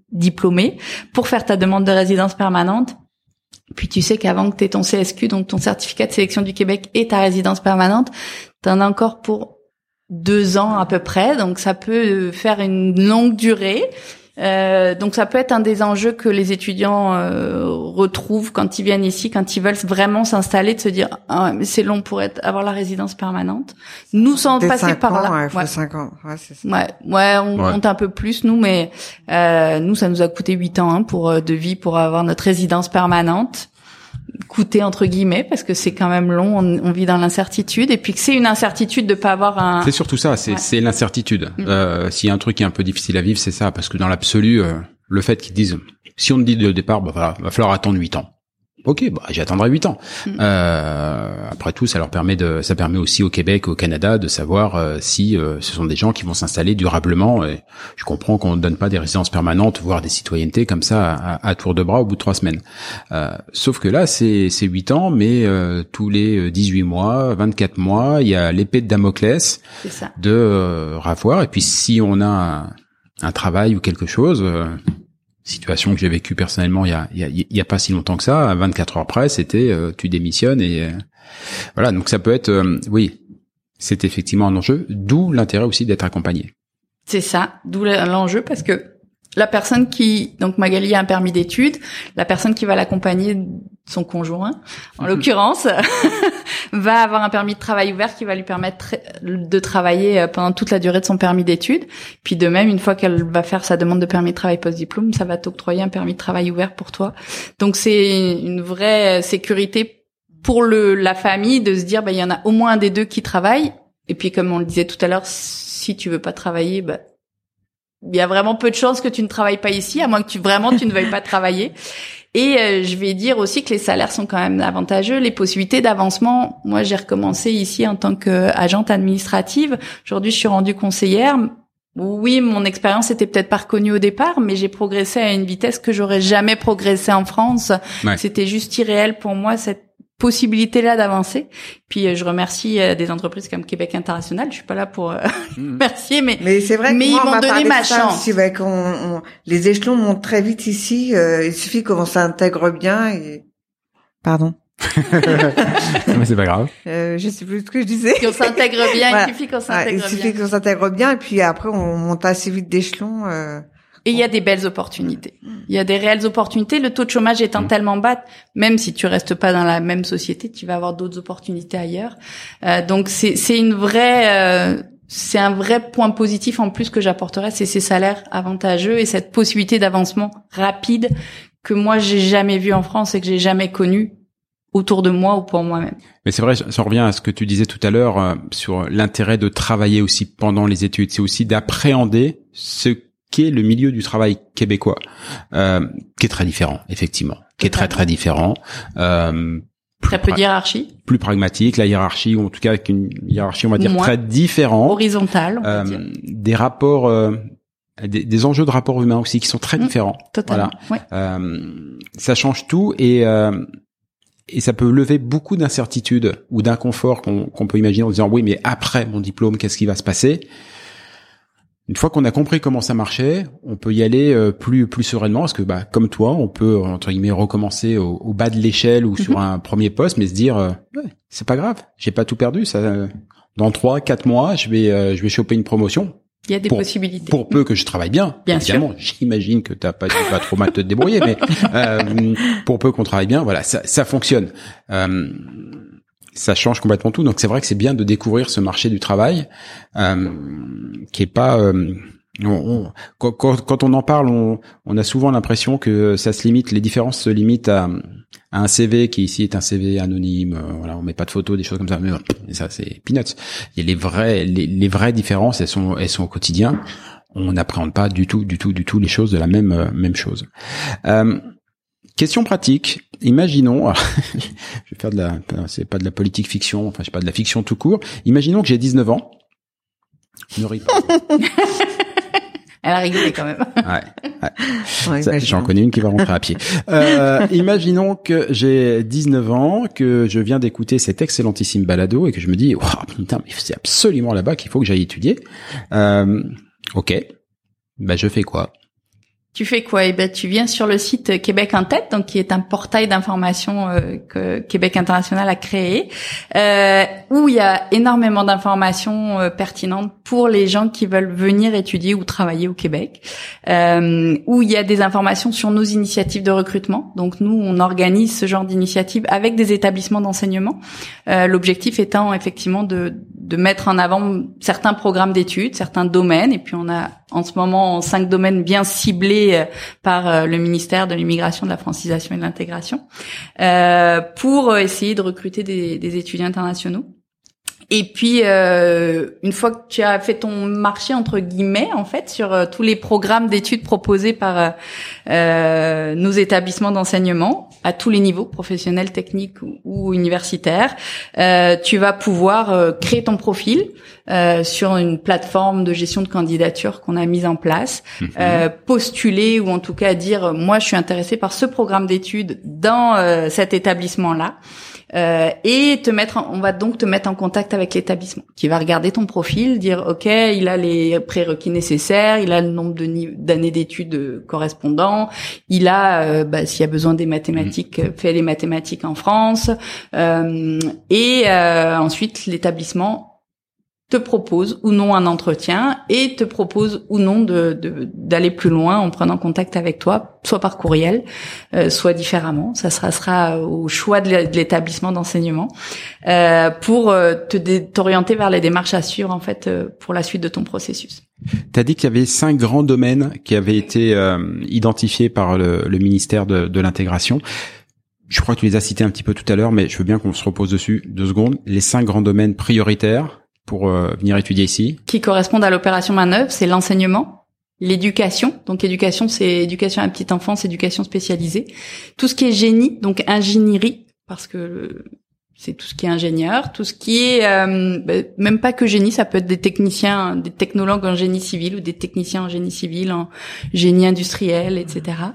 diplômé pour faire ta demande de résidence permanente. Puis tu sais qu'avant que tu aies ton C S Q, donc ton certificat de sélection du Québec et ta résidence permanente, tu en as encore pour deux ans à peu près. Donc ça peut faire une longue durée. Euh, donc ça peut être un des enjeux que les étudiants euh, retrouvent quand ils viennent ici, quand ils veulent vraiment s'installer, de se dire ah, mais c'est long pour être avoir la résidence permanente. Nous sans passer par ans, là. Ouais, faut ouais. cinq ans. Ouais, c'est ça. Ouais, ouais, on Ouais. compte un peu plus nous, mais euh, nous ça nous a coûté huit ans hein, pour euh, de vie pour avoir notre résidence permanente. Coûter entre guillemets parce que c'est quand même long, on, on vit dans l'incertitude et puis que c'est une incertitude de pas avoir un. C'est surtout ça, c'est Ouais. c'est l'incertitude. Mm. Euh, s'il y a un truc qui est un peu difficile à vivre, c'est ça, parce que dans l'absolu, euh, le fait qu'ils disent, si on te dit dès le départ, bah voilà, va falloir attendre huit ans. Ok, bah j'attendrai huit ans. Mm. Euh, après tout, ça leur permet de, ça permet aussi au Québec, au Canada, de savoir euh, si euh, ce sont des gens qui vont s'installer durablement. Et je comprends qu'on ne donne pas des résidences permanentes, voire des citoyennetés comme ça à, à tour de bras au bout de trois semaines. Euh, sauf que là, c'est c'est huit ans, mais euh, tous les dix-huit mois, vingt-quatre mois, il y a l'épée de Damoclès C'est ça. de euh, ravoir. Et puis si on a un, un travail ou quelque chose. Euh, situation que j'ai vécue personnellement il y a il y a, il y a pas si longtemps que ça, vingt-quatre heures après, c'était euh, tu démissionnes et euh, voilà, donc ça peut être euh, oui, c'est effectivement un enjeu, d'où l'intérêt aussi d'être accompagné. C'est ça, d'où l'enjeu parce que la personne qui, donc Magali a un permis d'études, la personne qui va l'accompagner, son conjoint, en l'occurrence, va avoir un permis de travail ouvert qui va lui permettre de travailler pendant toute la durée de son permis d'études. Puis de même, une fois qu'elle va faire sa demande de permis de travail post-diplôme, ça va t'octroyer un permis de travail ouvert pour toi. Donc c'est une vraie sécurité pour le la famille de se dire, bah il y en a au moins un des deux qui travaille. Et puis comme on le disait tout à l'heure, si tu veux pas travailler, bah il y a vraiment peu de chances que tu ne travailles pas ici, à moins que tu vraiment tu ne veuilles pas travailler. Et euh, je vais dire aussi que les salaires sont quand même avantageux, les possibilités d'avancement. Moi, j'ai recommencé ici en tant qu'agente administrative. Aujourd'hui, je suis rendue conseillère. Oui, mon expérience était peut-être pas reconnue au départ, mais j'ai progressé à une vitesse que j'aurais jamais progressé en France. Ouais. C'était juste irréel pour moi cette possibilité-là d'avancer. Puis euh, je remercie euh, des entreprises comme Québec International. Je suis pas là pour euh, remercier, mais Mais c'est vrai que mais moi, ils on m'ont m'a donné parlé ma de ça chance. aussi, ouais, qu'on- on- les échelons montent très vite ici. Euh, il suffit qu'on s'intègre bien. Et... Pardon. Mais c'est pas grave. Euh, je sais plus ce que je disais. Qu'on s'intègre bien, Voilà. il suffit qu'on Ouais, s'intègre il suffit bien. qu'on s'intègre bien et puis après on monte assez vite d'échelon. Euh... Et il y a des belles opportunités. Il y a des réelles opportunités. Le taux de chômage étant Mmh. tellement bas, même si tu restes pas dans la même société, tu vas avoir d'autres opportunités ailleurs. Euh, donc c'est c'est une vraie euh, c'est un vrai point positif en plus que j'apporterais, c'est ces salaires avantageux et cette possibilité d'avancement rapide que moi j'ai jamais vu en France et que j'ai jamais connu autour de moi ou pour moi-même. Mais c'est vrai, ça revient à ce que tu disais tout à l'heure euh, sur l'intérêt de travailler aussi pendant les études. C'est aussi d'appréhender ce qu'est le milieu du travail québécois, euh, qui est très différent, effectivement, qui est très très différent. Euh, Très peu de hiérarchie, plus pragmatique, la hiérarchie, ou en tout cas avec une hiérarchie, on va dire, Moins. très différente. horizontale, on va Euh, dire. des rapports, euh, des, des enjeux de rapports humains aussi qui sont très Mmh, différents. Totalement. Ouais. Euh, ça change tout et euh, et ça peut lever beaucoup d'incertitudes ou d'inconfort qu'on qu'on peut imaginer en disant oui, mais après mon diplôme, qu'est-ce qui va se passer? Une fois qu'on a compris comment ça marchait, on peut y aller euh, plus plus sereinement parce que bah comme toi, on peut entre guillemets recommencer au, au bas de l'échelle ou sur un premier poste, mais se dire euh, ouais, c'est pas grave, j'ai pas tout perdu. Ça, euh, dans trois, quatre mois, je vais euh, je vais choper une promotion. Il y a des Pour- possibilités. Pour peu que je travaille bien, Bien évidemment. J'imagine que t'as pas, tu vas trop mal te débrouiller, mais euh, pour peu qu'on travaille bien, voilà, ça, ça fonctionne. Euh, ça change complètement tout. Donc c'est vrai que c'est bien de découvrir ce marché du travail euh, qui est pas. Euh, on, on- quand, quand, quand on en parle, on, on a souvent l'impression que ça se limite. Les différences se limitent à, à un C V qui ici est un C V anonyme. Euh, voilà, on met pas de photos, des choses comme ça. Mais euh, ça, c'est peanuts. Et les vraies, les, les vraies différences, elles sont, elles sont au quotidien. On n'appréhende pas du tout, du tout, du tout les choses de la même, euh, même chose. Euh, question pratique. Imaginons, alors, je vais faire de la, c'est pas de la politique fiction, enfin, c'est pas de la fiction tout court. Imaginons que j'ai dix-neuf ans. Ne ris pas. Elle a rigolé quand même. Ouais, ouais. Ouais, Ça, imaginons. j'en connais une qui va rentrer à pied. Euh, imaginons que j'ai dix-neuf ans, que je viens d'écouter cet excellentissime balado et que je me dis, oh, putain, mais c'est absolument là-bas qu'il faut que j'aille étudier. Euh, ok. Bah, je fais quoi? Tu fais quoi? Eh ben, tu viens sur le site Québec en tête, donc qui est un portail d'information euh, que Québec International a créé, euh, où il y a énormément d'informations euh, pertinentes pour les gens qui veulent venir étudier ou travailler au Québec, euh, où il y a des informations sur nos initiatives de recrutement. Donc nous, on organise ce genre d'initiative avec des établissements d'enseignement. Euh, l'objectif étant effectivement de, de mettre en avant certains programmes d'études, certains domaines, et puis on a en ce moment cinq domaines bien ciblés par le ministère de l'Immigration, de la Francisation et de l'Intégration, euh, pour essayer de recruter des, des étudiants internationaux. Et puis, euh, une fois que tu as fait ton marché, entre guillemets, en fait, sur euh, tous les programmes d'études proposés par euh, nos établissements d'enseignement, à tous les niveaux, professionnels, techniques ou, ou universitaires, euh, tu vas pouvoir euh, créer ton profil euh, sur une plateforme de gestion de candidature qu'on a mise en place, mmh. euh, postuler ou en tout cas dire, moi, je suis intéressé par ce programme d'études dans euh, cet établissement-là. Euh, et te mettre, en, on va donc te mettre en contact avec l'établissement qui va regarder ton profil, dire ok, il a les prérequis nécessaires, il a le nombre de ni- d'années d'études correspondants, il a, euh, bah, s'il y a besoin des mathématiques, mmh. fait les mathématiques en France, euh, et euh, ensuite l'établissement te propose ou non un entretien et te propose ou non de, de d'aller plus loin en prenant contact avec toi, soit par courriel, euh, soit différemment. Ça sera, sera au choix de l'établissement d'enseignement euh, pour euh, te dé- t'orienter vers les démarches à suivre en fait euh, pour la suite de ton processus. T'as dit qu'il y avait cinq grands domaines qui avaient été euh, identifiés par le, le ministère de, de l'intégration. Je crois que tu les as cités un petit peu tout à l'heure, mais je veux bien qu'on se repose dessus deux secondes. Les cinq grands domaines prioritaires pour euh, venir étudier ici, qui correspondent à l'opération Main-d'œuvre, c'est l'enseignement, l'éducation. Donc éducation, c'est éducation à la petite enfance, éducation spécialisée. Tout ce qui est génie, donc ingénierie, parce que c'est tout ce qui est ingénieur, tout ce qui est euh, bah, même pas que génie, ça peut être des techniciens, des technologues en génie civil ou des techniciens en génie civil, en génie industriel, et cetera.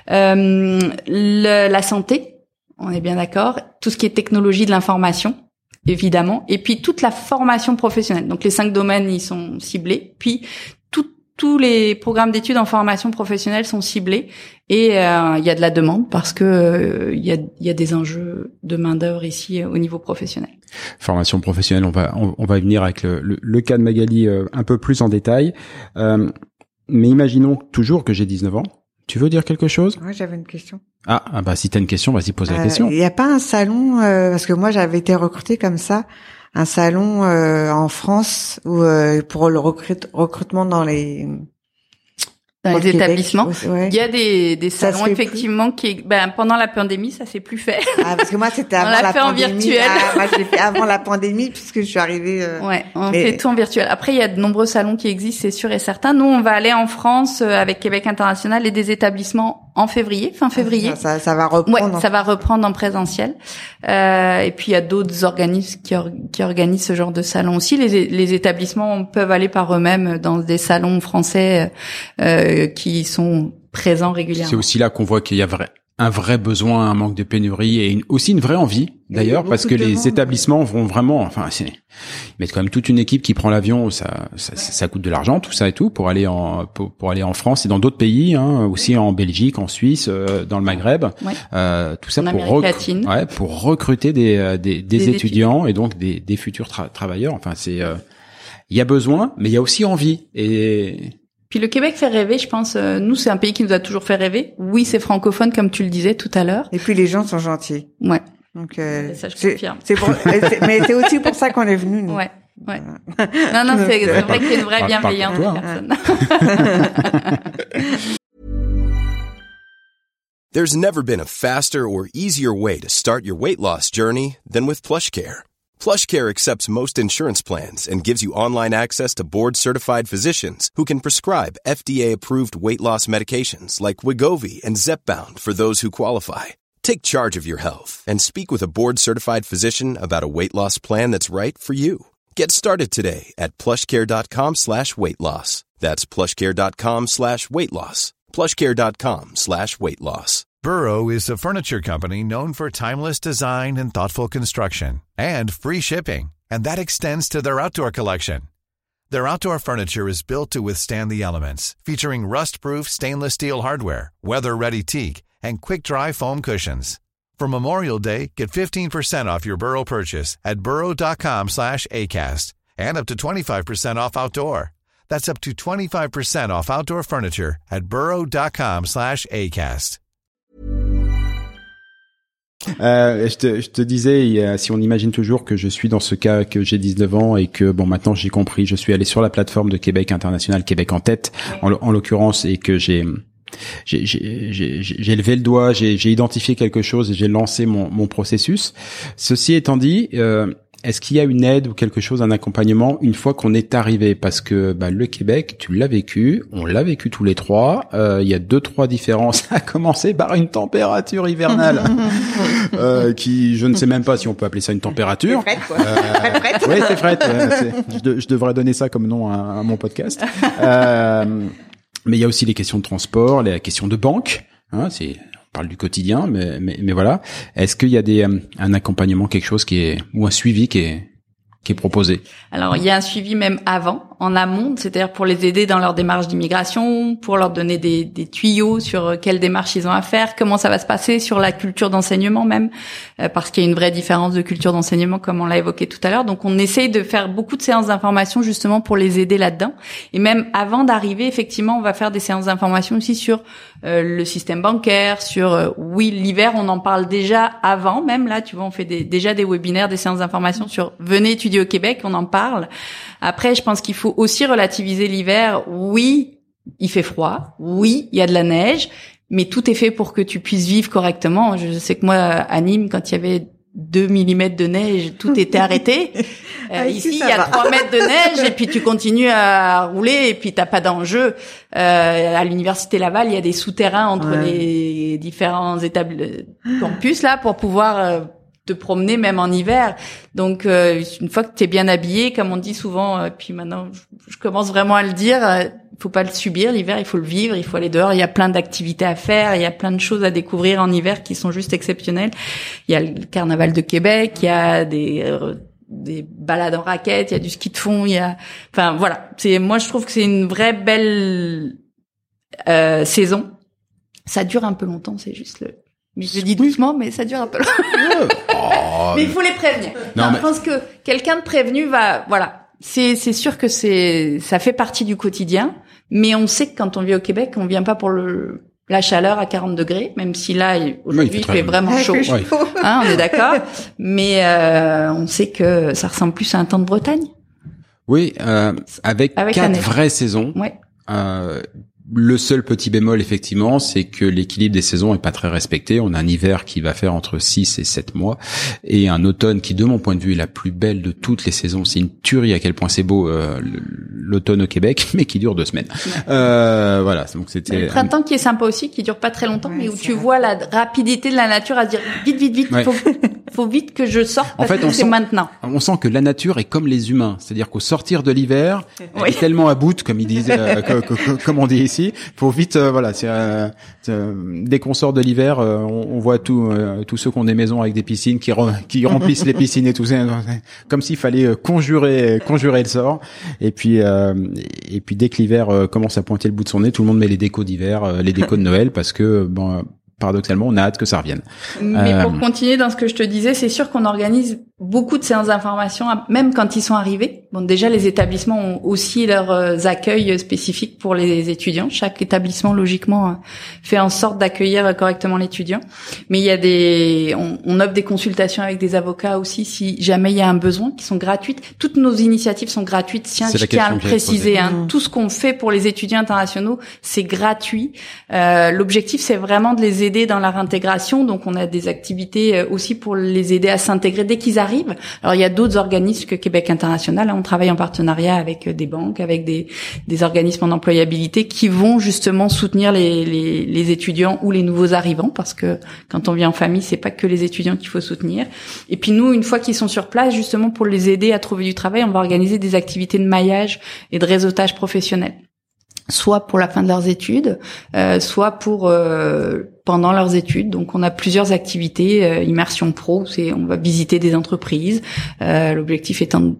Euh, le, la santé, on est bien d'accord. Tout ce qui est technologie de l'information, évidemment, et puis toute la formation professionnelle. Donc les cinq domaines, ils sont ciblés. Puis tout, tous les programmes d'études en formation professionnelle sont ciblés, et euh, il y a de la demande parce que euh, il y a, il y a des enjeux de main d'œuvre ici euh, au niveau professionnel. Formation professionnelle, on va on, on va y venir avec le, le, le cas de Magali euh, un peu plus en détail. Euh, mais imaginons toujours que j'ai dix-neuf ans. Tu veux dire quelque chose? Ouais, j'avais une question. Ah, ah bah si t'as une question, vas-y, pose la euh, question. Il n'y a pas un salon, euh, parce que moi j'avais été recrutée comme ça, un salon euh, en France où euh, pour le recrute, recrutement dans les dans les établissements. Ouais. Il y a des, des salons effectivement plus. qui, ben pendant la pandémie, ça s'est plus fait. Ah parce que moi c'était avant on la fait pandémie. En virtuel. Ah, moi je l'ai fait avant la pandémie puisque je suis arrivée. Euh... Ouais, on Mais... fait tout en virtuel. Après il y a de nombreux salons qui existent, c'est sûr et certain. Nous on va aller en France avec Québec International et des établissements en février, fin février. Ça, ça, ça va reprendre. Ouais, ça va reprendre en présentiel. Euh, et puis il y a d'autres organismes qui, or, qui organisent ce genre de salon aussi. Les, les établissements peuvent aller par eux-mêmes dans des salons français euh, qui sont présents régulièrement. C'est aussi là qu'on voit qu'il y a vrai, un vrai besoin, un manque de pénurie et une, aussi une vraie envie d'ailleurs, parce que les établissements vont vraiment, enfin, c'est, ils mettent quand même toute une équipe qui prend l'avion, ça, ça, ça coûte de l'argent, tout ça et tout, pour aller en, pour, pour aller en France et dans d'autres pays, hein, aussi en Belgique, en Suisse, euh, dans le Maghreb, ouais. euh, tout ça en pour, rec- ouais, pour recruter des, des, des, des étudiants études. et donc des, des futurs tra- travailleurs. Enfin, c'est, il euh, y a besoin, mais il y a aussi envie et Puis le Québec fait rêver, je pense. Euh, nous, c'est un pays qui nous a toujours fait rêver. Oui, c'est francophone, comme tu le disais tout à l'heure. Et puis les gens sont gentils. Ouais. Donc euh, ça, je c'est, confirme. C'est pour, c'est, mais c'est aussi pour ça qu'on est venu. Nous. Ouais. Ouais. Non, non, c'est, c'est vrai qu'il y a une vraie bienveillance de personne. There's never been a faster or easier way to start your weight loss journey than with PlushCare. PlushCare accepts most insurance plans and gives you online access to board-certified physicians who can prescribe F D A-approved weight loss medications like Wegovy and Zepbound for those who qualify. Take charge of your health and speak with a board-certified physician about a weight loss plan that's right for you. Get started today at plushcare.com slash weight loss. That's plushcare.com slash weight loss. plushcare.com slash weight loss. Burrow is a furniture company known for timeless design and thoughtful construction and free shipping, and that extends to their outdoor collection. Their outdoor furniture is built to withstand the elements, featuring rust-proof stainless steel hardware, weather-ready teak, and quick-dry foam cushions. For Memorial Day, get fifteen percent off your Burrow purchase at burrow.com slash ACAST and up to twenty-five percent off outdoor. That's up to twenty-five percent off outdoor furniture at burrow.com slash ACAST. Euh, je te, je te disais, si on imagine toujours que je suis dans ce cas, que j'ai dix-neuf ans et que bon maintenant j'ai compris, je suis allé sur la plateforme de Québec International, Québec en tête, en, en l'occurrence, et que j'ai j'ai j'ai j'ai, j'ai levé le doigt, j'ai, j'ai identifié quelque chose et j'ai lancé mon, mon processus. Ceci étant dit, euh, est-ce qu'il y a une aide ou quelque chose, un accompagnement une fois qu'on est arrivé? Parce que bah, le Québec, tu l'as vécu, on l'a vécu tous les trois. Euh, il y a deux, trois différences, à commencer par une température hivernale, euh, qui, je ne sais même pas si on peut appeler ça une température. C'est frette, quoi. Euh, frette. Oui, c'est frette. Euh, c'est, je, de, je devrais donner ça comme nom à, à mon podcast. Euh, mais il y a aussi les questions de transport, les questions de banque. Hein, c'est On parle du quotidien, mais, mais, mais voilà. Est-ce qu'il y a des, un accompagnement, quelque chose qui est, ou un suivi qui est, qui est proposé? Alors, il y a un suivi même avant, en amont, c'est-à-dire pour les aider dans leur démarche d'immigration, pour leur donner des, des tuyaux sur quelle démarche ils ont à faire, comment ça va se passer, sur la culture d'enseignement même, euh, parce qu'il y a une vraie différence de culture d'enseignement, comme on l'a évoqué tout à l'heure. Donc, on essaye de faire beaucoup de séances d'information justement pour les aider là-dedans. Et même avant d'arriver, effectivement, on va faire des séances d'information aussi sur euh, le système bancaire, sur, euh, oui, l'hiver, on en parle déjà avant même. Là, tu vois, on fait des, déjà des webinaires, des séances d'information sur venez étudier au Québec, on en parle. Après, je pense qu'il faut aussi relativiser l'hiver. Oui, il fait froid. Oui, il y a de la neige. Mais tout est fait pour que tu puisses vivre correctement. Je sais que moi, à Nîmes, quand il y avait deux millimètres de neige, tout était arrêté. Euh, ah, ici, ici il y a trois mètres de neige et puis tu continues à rouler et puis t'as pas d'enjeu. Euh, à l'université Laval, il y a des souterrains entre ouais. les différents établissements campus là pour pouvoir euh, te promener même en hiver. Donc euh, une fois que tu es bien habillé, comme on dit souvent, euh, puis maintenant je, je commence vraiment à le dire, euh, faut pas le subir l'hiver, il faut le vivre, il faut aller dehors, il y a plein d'activités à faire, il y a plein de choses à découvrir en hiver qui sont juste exceptionnelles. Il y a le carnaval de Québec, il y a des euh, des balades en raquettes, il y a du ski de fond, il y a enfin voilà, c'est moi je trouve que c'est une vraie belle euh, saison. Ça dure un peu longtemps, c'est juste le Je dis doucement, mais ça dure un peu. Oh, mais il faut les prévenir. Non, non, mais... Je pense que quelqu'un de prévenu va, voilà. C'est, c'est sûr que c'est, ça fait partie du quotidien. Mais on sait que quand on vit au Québec, on vient pas pour le, la chaleur à quarante degrés, même si là, aujourd'hui, il fait, il fait vraiment chaud. Ouais. Hein, on est d'accord. Mais, euh, on sait que ça ressemble plus à un temps de Bretagne. Oui, euh, avec, avec quatre vraies saisons. Ouais. Euh, Le seul petit bémol, effectivement, c'est que l'équilibre des saisons est pas très respecté. On a un hiver qui va faire entre six et sept mois et un automne qui, de mon point de vue, est la plus belle de toutes les saisons. C'est une tuerie à quel point c'est beau, euh, l'automne au Québec, mais qui dure deux semaines. Ouais. Euh, voilà. Donc c'était le printemps qui est sympa aussi, qui dure pas très longtemps, ouais, mais où tu vrai. vois la rapidité de la nature à se dire vite, vite, vite, ouais. faut, faut vite que je sorte parce en fait, que c'est sent, maintenant. On sent que la nature est comme les humains, c'est-à-dire qu'au sortir de l'hiver, oui. elle est tellement à bout, comme ils disent, euh, comme, comme on dit ici, faut vite, euh, voilà, c'est, euh, euh, dès qu'on sort de l'hiver, euh, on, on voit tous euh, tous ceux qui ont des maisons avec des piscines qui re, qui remplissent les piscines et tout ça, comme s'il fallait conjurer conjurer le sort. Et puis euh, et puis dès que l'hiver euh, commence à pointer le bout de son nez, tout le monde met les décos d'hiver, euh, les décos de Noël, parce que bon, paradoxalement, on a hâte que ça revienne. Mais euh... pour continuer dans ce que je te disais, c'est sûr qu'on organise beaucoup de séances d'information, même quand ils sont arrivés. Bon, déjà, les établissements ont aussi leurs accueils spécifiques pour les étudiants. Chaque établissement, logiquement, fait en sorte d'accueillir correctement l'étudiant. Mais il y a des, on, on offre des consultations avec des avocats aussi, si jamais il y a un besoin, qui sont gratuites. Toutes nos initiatives sont gratuites. Tiens, je tiens à le préciser. Hein, mmh. Tout ce qu'on fait pour les étudiants internationaux, c'est gratuit. Euh, l'objectif, c'est vraiment de les aider dans leur intégration. Donc, on a des activités aussi pour les aider à s'intégrer dès qu'ils arrivent. Alors, il y a d'autres organismes que Québec International. On travaille en partenariat avec des banques, avec des, des organismes en employabilité qui vont justement soutenir les, les, les étudiants ou les nouveaux arrivants, parce que quand on vient en famille, c'est pas que les étudiants qu'il faut soutenir. Et puis nous, une fois qu'ils sont sur place, justement pour les aider à trouver du travail, on va organiser des activités de maillage et de réseautage professionnel. Soit pour la fin de leurs études, euh, soit pour euh, pendant leurs études. Donc, on a plusieurs activités. Euh, immersion pro, c'est on va visiter des entreprises. Euh, l'objectif étant de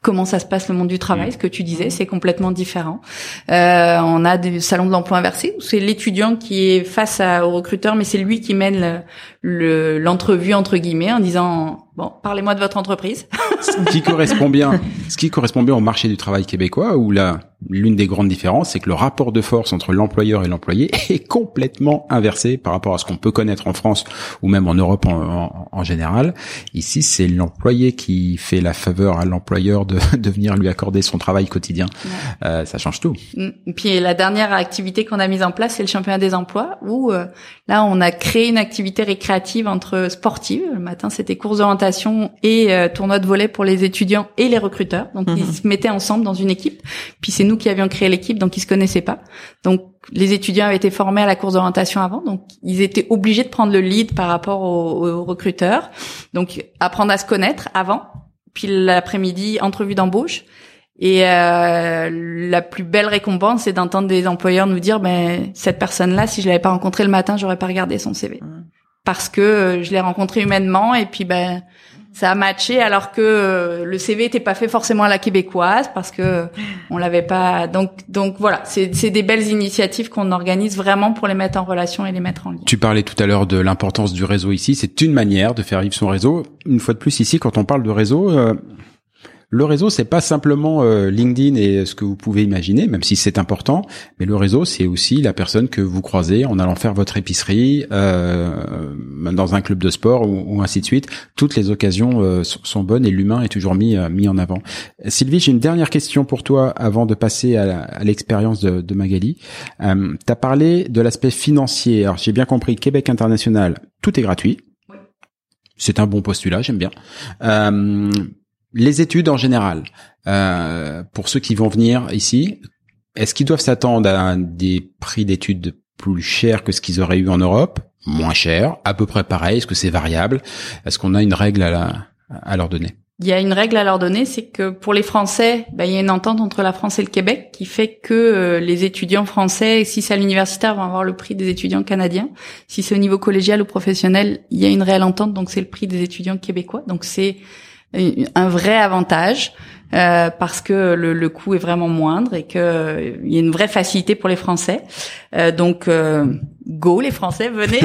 comment ça se passe le monde du travail, ce que tu disais, c'est complètement différent. Euh, on a des salons de l'emploi inversé où c'est l'étudiant qui est face à, au recruteur, mais c'est lui qui mène le, le, l'entrevue entre guillemets en disant bon, parlez-moi de votre entreprise. Ce qui correspond bien, ce qui correspond bien au marché du travail québécois, où là, l'une des grandes différences, c'est que le rapport de force entre l'employeur et l'employé est complètement inversé par rapport à ce qu'on peut connaître en France ou même en Europe en, en, en général. Ici, c'est l'employé qui fait la faveur à l'employeur de, de venir lui accorder son travail quotidien. Ouais. Euh, ça change tout. Et puis la dernière activité qu'on a mise en place, c'est le championnat des emplois, où euh, là, on a créé une activité récréative entre sportives. Le matin, c'était course d'orientation et euh, tournoi de volley pour les étudiants et les recruteurs. Donc, mmh. ils se mettaient ensemble dans une équipe. Puis c'est nous qui avions créé l'équipe, donc ils se connaissaient pas. Donc les étudiants avaient été formés à la course d'orientation avant, donc ils étaient obligés de prendre le lead par rapport aux, aux recruteurs. Donc apprendre à se connaître avant, puis l'après-midi entrevue d'embauche. Et euh, la plus belle récompense, c'est d'entendre des employeurs nous dire ben cette personne-là, si je l'avais pas rencontrée le matin, j'aurais pas regardé son C V. Mmh. Parce que euh, je l'ai rencontré humainement et puis ben ça a matché alors que euh, le C V était pas fait forcément à la québécoise parce que on l'avait pas. Donc donc voilà, c'est c'est des belles initiatives qu'on organise vraiment pour les mettre en relation et les mettre en lien. Tu parlais tout à l'heure de l'importance du réseau ici, c'est une manière de faire vivre son réseau. Une fois de plus ici, quand on parle de réseau, euh, le réseau, c'est pas simplement euh, LinkedIn et ce que vous pouvez imaginer, même si c'est important, mais le réseau, c'est aussi la personne que vous croisez en allant faire votre épicerie, euh, dans un club de sport ou, ou ainsi de suite. Toutes les occasions euh, sont bonnes et l'humain est toujours mis euh, mis en avant. Sylvie, j'ai une dernière question pour toi avant de passer à, la, à l'expérience de, de Magali. Euh, tu as parlé de l'aspect financier. Alors, j'ai bien compris, Québec International, tout est gratuit. Oui. C'est un bon postulat, j'aime bien. Euh, Les études en général, euh, pour ceux qui vont venir ici, est-ce qu'ils doivent s'attendre à des prix d'études plus chers que ce qu'ils auraient eu en Europe, moins chers, à peu près pareil, est-ce que c'est variable? Est-ce qu'on a une règle à, la, à leur donner? Il y a une règle à leur donner, c'est que pour les Français, ben, il y a une entente entre la France et le Québec qui fait que euh, les étudiants français, si c'est à l'universitaire, vont avoir le prix des étudiants canadiens. Si c'est au niveau collégial ou professionnel, il y a une réelle entente, donc c'est le prix des étudiants québécois. Donc c'est un vrai avantage euh, parce que le, le coût est vraiment moindre et que euh, il y a une vraie facilité pour les Français. Euh, donc euh, go les Français, venez.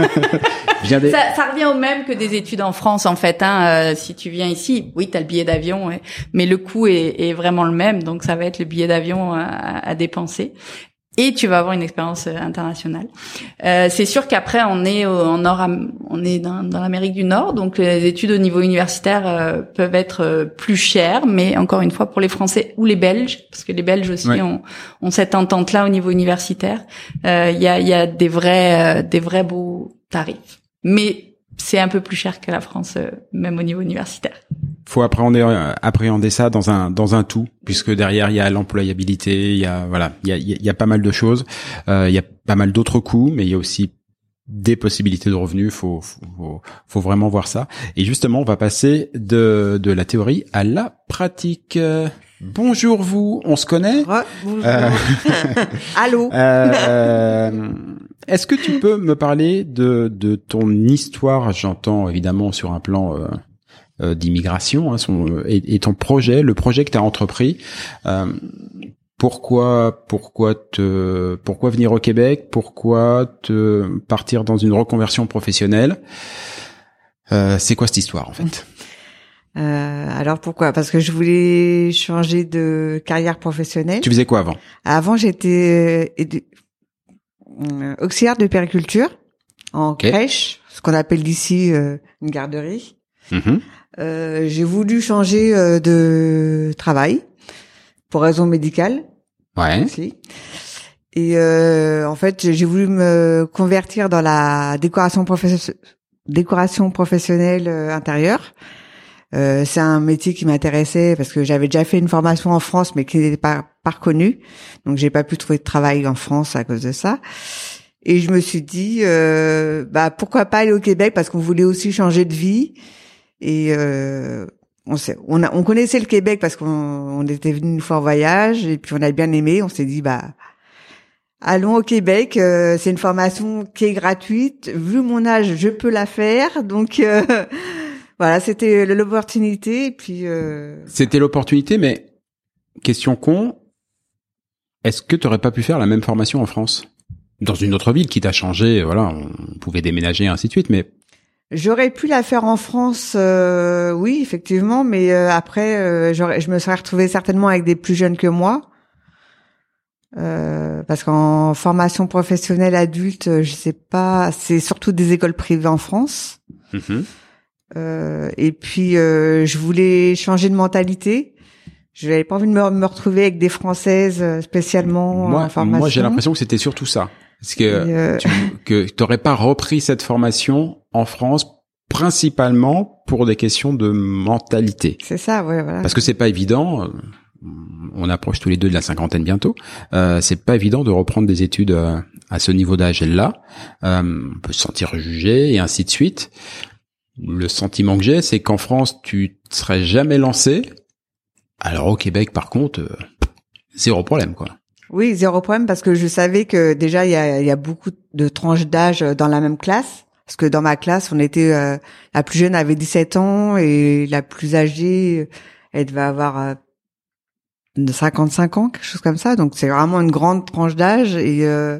des... ça, ça revient au même que des études en France en fait. Hein. Euh, si tu viens ici, oui, t'as le billet d'avion, ouais, mais le coût est, est vraiment le même. Donc ça va être le billet d'avion à, à dépenser. Et tu vas avoir une expérience internationale. Euh, c'est sûr qu'après on est au, en Nord, on est dans, dans l'Amérique du Nord, donc les études au niveau universitaire euh, peuvent être euh, plus chères, mais encore une fois pour les Français ou les Belges, parce que les Belges aussi ouais. ont, ont cette entente-là au niveau universitaire. Il euh, y a, y a des vrais, euh, des vrais beaux tarifs, mais c'est un peu plus cher que la France, euh, même au niveau universitaire. Faut appréhender appréhender ça dans un dans un tout, puisque derrière il y a l'employabilité, il y a voilà, il y a il y a pas mal de choses, euh, il y a pas mal d'autres coûts, mais il y a aussi des possibilités de revenus. Faut faut faut vraiment voir ça. Et justement, on va passer de de la théorie à la pratique. Bonjour vous, on se connaît? Ouais, bonjour. Euh... Allô. Euh... Est-ce que tu peux me parler de de ton histoire? J'entends évidemment sur un plan euh... Euh, d'immigration, hein, son, euh, et, et ton projet, le projet que tu as entrepris. Euh, pourquoi, pourquoi te, pourquoi venir au Québec? Pourquoi te partir dans une reconversion professionnelle? Euh, c'est quoi cette histoire en fait? Euh, alors pourquoi? Parce que je voulais changer de carrière professionnelle. Tu faisais quoi avant? Avant, j'étais euh, auxiliaire de périculture en okay. crèche, ce qu'on appelle d'ici euh, une garderie. Mmh. Euh, j'ai voulu changer euh, de travail pour raison médicale. Ouais. Aussi. Et euh, en fait, j'ai voulu me convertir dans la décoration, professe- décoration professionnelle euh, intérieure. Euh, c'est un métier qui m'intéressait parce que j'avais déjà fait une formation en France, mais qui n'était pas, pas reconnue. Donc, j'ai pas pu trouver de travail en France à cause de ça. Et je me suis dit, euh, bah pourquoi pas aller au Québec, parce qu'on voulait aussi changer de vie. Et euh, on sait, on, a, on connaissait le Québec parce qu'on on était venu une fois en voyage et puis on a bien aimé. On s'est dit bah allons au Québec. Euh, c'est une formation qui est gratuite. Vu mon âge, je peux la faire. Donc euh, Voilà, c'était l'opportunité et puis. Euh... C'était l'opportunité, mais question con, est-ce que tu aurais pas pu faire la même formation en France, dans une autre ville qui t'a changé, voilà, on pouvait déménager et ainsi de suite, mais. J'aurais pu la faire en France, euh, oui, effectivement, mais euh, après, euh, j'aurais, je me serais retrouvée certainement avec des plus jeunes que moi. Euh, parce qu'en formation professionnelle adulte, je sais pas, c'est surtout des écoles privées en France. Mmh. Euh, et puis euh, je voulais changer de mentalité. Je n'avais pas envie de me, me retrouver avec des Françaises spécialement moi, en formation. Moi, j'ai l'impression que c'était surtout ça, parce que euh... tu, que t'aurais pas repris cette formation en France principalement pour des questions de mentalité. C'est ça, ouais, voilà. Parce que c'est pas évident. On approche tous les deux de la cinquantaine bientôt. Euh, c'est pas évident de reprendre des études euh, à ce niveau d'âge-là. Euh, on peut se sentir jugé et ainsi de suite. Le sentiment que j'ai, c'est qu'en France, tu te serais jamais lancé. Alors au Québec, par contre, euh, zéro problème, quoi. Oui, zéro problème, parce que je savais que déjà, il y a, il y a beaucoup de tranches d'âge dans la même classe. Parce que dans ma classe, on était... Euh, la plus jeune avait dix-sept ans et la plus âgée, elle devait avoir... Euh, de cinquante-cinq ans, quelque chose comme ça. Donc c'est vraiment une grande tranche d'âge et euh,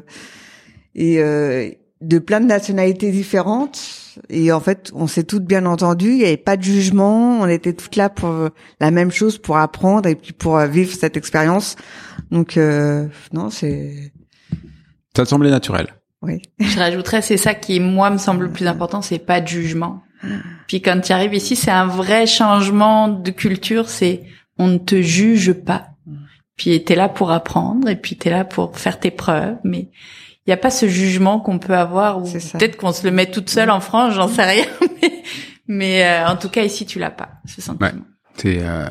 et euh, de plein de nationalités différentes. Et en fait, on s'est toutes bien entendues. Il n'y avait pas de jugement. On était toutes là pour la même chose, pour apprendre et puis pour vivre cette expérience. Donc euh, non, c'est. Ça te semblait naturel. Oui. Je rajouterais, c'est ça qui moi me semble le plus important, c'est pas de jugement. Puis quand tu arrives ici, c'est un vrai changement de culture. C'est on ne te juge pas. Puis t'es là pour apprendre et puis t'es là pour faire tes preuves. Mais il y a pas ce jugement qu'on peut avoir ou peut-être qu'on se le met toute seule en France, j'en sais rien. Mais, mais euh, en tout cas ici tu l'as pas ce sentiment. Ouais, c'est euh,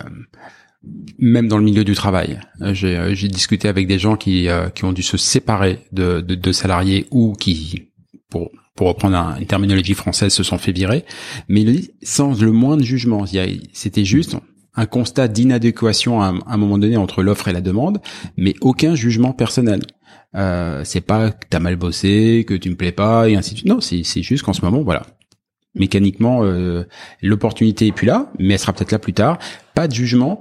même dans le milieu du travail. J'ai, euh, j'ai discuté avec des gens qui euh, qui ont dû se séparer de, de, de salariés ou qui pour pour reprendre un, une terminologie française se sont fait virer. Mais il dit sans le moindre jugement. Il y a, c'était juste un constat d'inadéquation à un, à un moment donné entre l'offre et la demande, mais aucun jugement personnel. Euh, c'est pas que t'as mal bossé, que tu me plais pas, et ainsi de suite. Non, c'est, c'est juste qu'en ce moment, voilà. Mécaniquement, euh, l'opportunité est plus là, mais elle sera peut-être là plus tard. Pas de jugement.